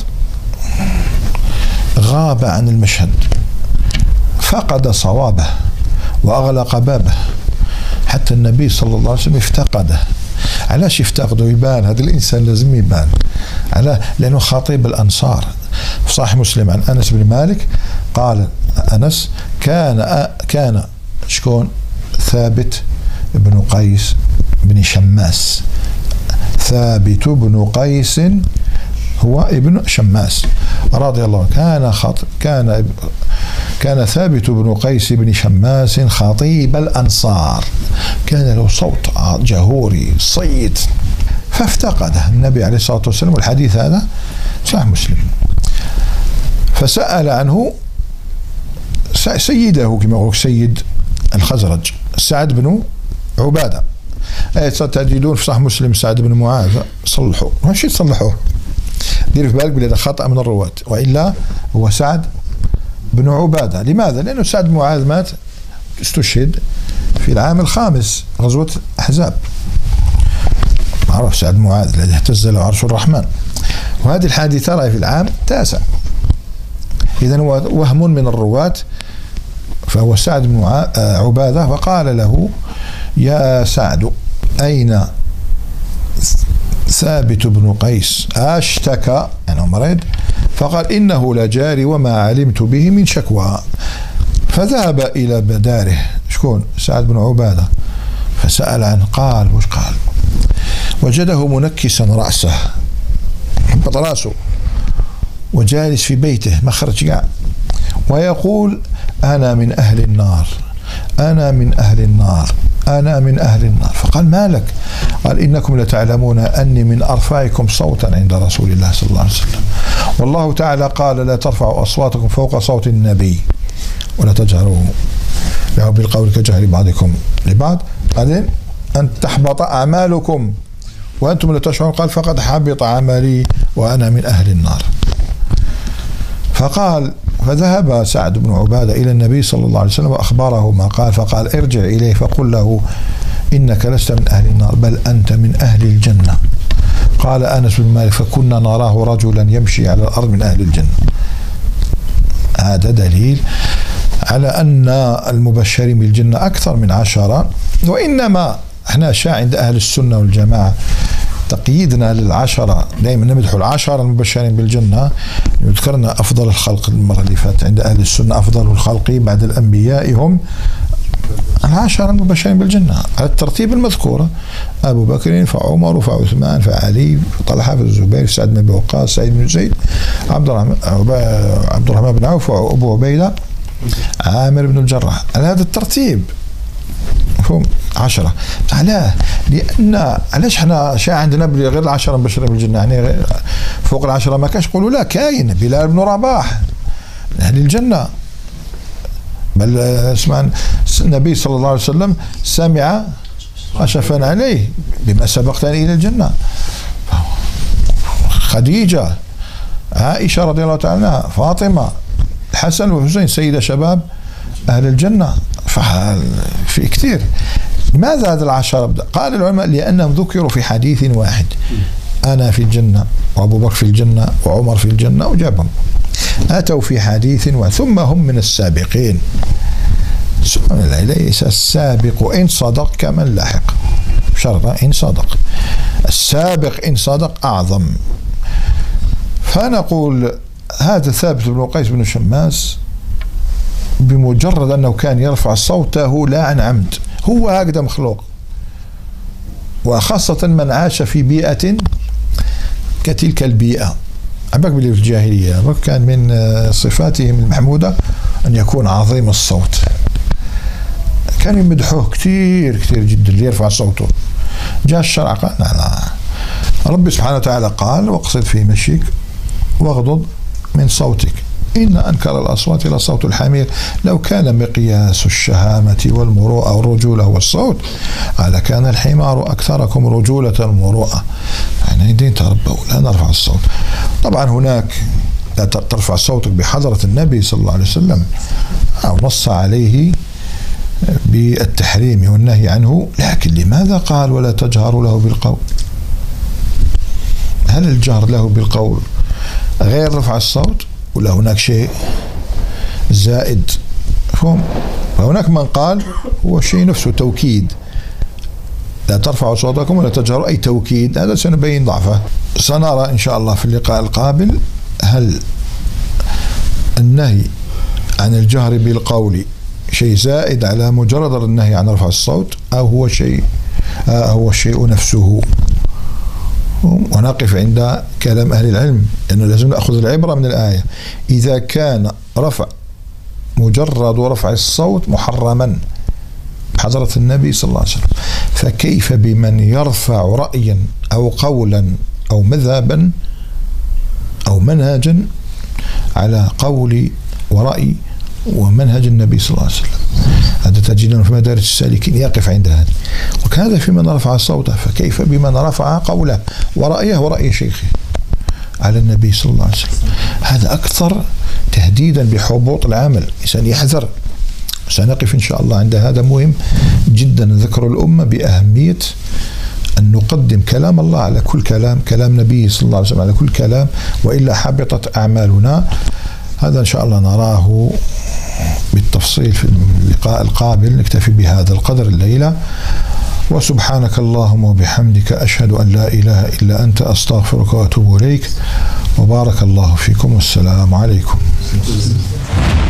غاب عن المشهد، فقد صوابه وأغلق بابه حتى النبي صلى الله عليه وسلم افتقده. علاش يفتقده؟ يبان هذا الإنسان لازم يبان. علاه؟ لأنه خطيب الأنصار. في صحيح مسلم عن أنس بن مالك قال أنس كان كان شكون؟ ثابت بن قيس بن شماس. ثابت بن قيس هو ابن شماس رضي الله عنه. كان خط كان كان ثابت بن قيس بن شماس خطيب الأنصار، كان له صوت جهوري صيت، فافتقده النبي عليه الصلاة والسلام. والحديث هذا صحيح مسلم. فسأل عنه سيده كما يقول سيد الخزرج سعد بن عبادة. تجدون في صحيح مسلم سعد بن معاذ صلحوا، ماشي تصلحوه، دير في بالك بلي هذا خطأ من الرواة، وإلا هو سعد بن عبادة. لماذا؟ لأنه سعد بن معاذ مات استشهد في العام الخامس غزوة أحزاب، معروف سعد بن معاذ الذي اهتز له عرش الرحمن. وهذه الحادثة رأي في العام التاسع، إذن هو وهم من الرواة. فهو سعد بن عبادة، فقال له يا سعد أين ثابت بن قيس؟ أشتكى يعني مريض؟ فقال إنه لجاري وما علمت به من شكوى. فذهب إلى بداره شكون؟ سعد بن عبادة، فسأل عنه. قال وش قال؟ وجده منكسا رأسه، حبط رأسه، وجالس في بيته مخرج قاع، ويقول أنا من أهل النار، أنا من أهل النار، أنا من أهل النار. فقال ما لك؟ قال إنكم لتعلمون أني من أرفعكم صوتا عند رسول الله صلى الله عليه وسلم، والله تعالى قال لا ترفعوا أصواتكم فوق صوت النبي ولا تجهروا له بالقول كجهر بعضكم لبعض، بعدين أن تحبط أعمالكم وأنتم لا تشعرون. قال فقد حبط عملي وأنا من أهل النار. فقال فذهب سعد بن عبادة إلى النبي صلى الله عليه وسلم وأخبره ما قال، فقال ارجع إليه فقل له إنك لست من أهل النار بل أنت من أهل الجنة. قال أنس بن مالك فكنا نراه رجلا يمشي على الأرض من أهل الجنة. هذا دليل على أن المبشرين بالجنة أكثر من عشرة. وإنما احنا شاع عند أهل السنة والجماعة تقييدنا للعشرة، دائما نمدح العشرة المبشرين بالجنة. يذكرنا أفضل الخلق المرة اللي فاتت عند أهل السنة، أفضل الخلق بعد الأنبياء هم العشرة المبشرين بالجنة على الترتيب المذكورة: أبو بكر فعمر فعثمان فعلي فطلحة فالزبير سعد بن أبي وقاص سعيد بن زيد عبد الرحمن عبد الرحمن بن عوف وأبو عبيدة عامر بن الجراح. على هذا الترتيب مفهوم عشرة. علاه؟ لأن علاش حنا شاع عندنا بلي غير العشرة المبشرين بالجنة، يعني فوق العشرة ما كاش؟ يقولوا لا، كاين بلال بن رباح من أهل الجنة، بل اسمع النبي صلى الله عليه وسلم سمع خشفا عليه بما سبقتني إلى الجنة. خديجة، عائشة رضي الله تعالى عنها، فاطمة، الحسن والحسين سيد شباب أهل الجنة. في كثير. لماذا هذا العشرة؟ قال العلماء لأنهم ذكروا في حديث واحد: أنا في الجنة وأبو بكر في الجنة وعمر في الجنة، وجابهم أتوا في حديث ثم هم من السابقين. ليس السابق إن صدق كمن لاحق، شرط إن صدق. السابق إن صدق أعظم. فنقول هذا ثابت بن قيس بن شماس بمجرد أنه كان يرفع صوته لا عن عمد، هو هكذا مخلوق، وخاصة من عاش في بيئة كتلك البيئة. عباك بلي في الجاهلية كان من صفاتهم المحمودة أن يكون عظيم الصوت، كانوا يمدحوه كثير كثير جدا ليرفع صوته. جاء الشرع قال لا لا، ربي سبحانه وتعالى قال: واقصد في مشيك واغضض من صوتك إن أنكر الأصوات لصوت الحمير لو كان مقياس الشهامة والمروءة والرجولة هو الصوت قال كان الحمار أكثركم رجولة ومروءة. يعني دين تربوا، لا نرفع الصوت. طبعا هناك لا ترفع صوتك بحضرة النبي صلى الله عليه وسلم، أو نص عليه بالتحريم والنهي عنه، لكن لماذا قال ولا تجهروا له بالقول؟ هل الجهر له بالقول غير رفع الصوت ولا هناك شيء زائد؟ فهم؟ فهناك من قال هو الشيء نفسه توكيد، لا ترفعوا صوتكم ولا تجهروا، أي توكيد. هذا سنبين ضعفه. سنرى إن شاء الله في اللقاء القابل هل النهي عن الجهر بالقول شيء زائد على مجرد النهي عن رفع الصوت، أو هو شيء آه هو الشيء نفسه. ونقف عند كلام أهل العلم، لأنه لازم نأخذ العبرة من الآية. إذا كان رفع مجرد رفع الصوت محرما بحضرة النبي صلى الله عليه وسلم، فكيف بمن يرفع رأيا أو قولا أو مذهبا أو منهجا على قول ورأي ومنهج النبي صلى الله عليه وسلم؟ هذا تجدون في مدارس السالكين يقف عند هذا. وكذا في من رفع صوته، فكيف بمن رفع قوله ورأيه ورأي شيخه على النبي صلى الله عليه وسلم؟ هذا أكثر تهديدا بحبوط العمل. إنسان يحذر. سنقف إن شاء الله عند هذا مهم جدا، ذكر الأمة بأهمية أن نقدم كلام الله على كل كلام، كلام نبيه صلى الله عليه وسلم على كل كلام، وإلا حبطت أعمالنا. هذا إن شاء الله نراه بالتفصيل في اللقاء القابل. نكتفي بهذا القدر الليلة، وسبحانك اللهم وبحمدك أشهد أن لا إله إلا أنت أستغفرك وأتوب إليك، وبارك الله فيكم والسلام عليكم.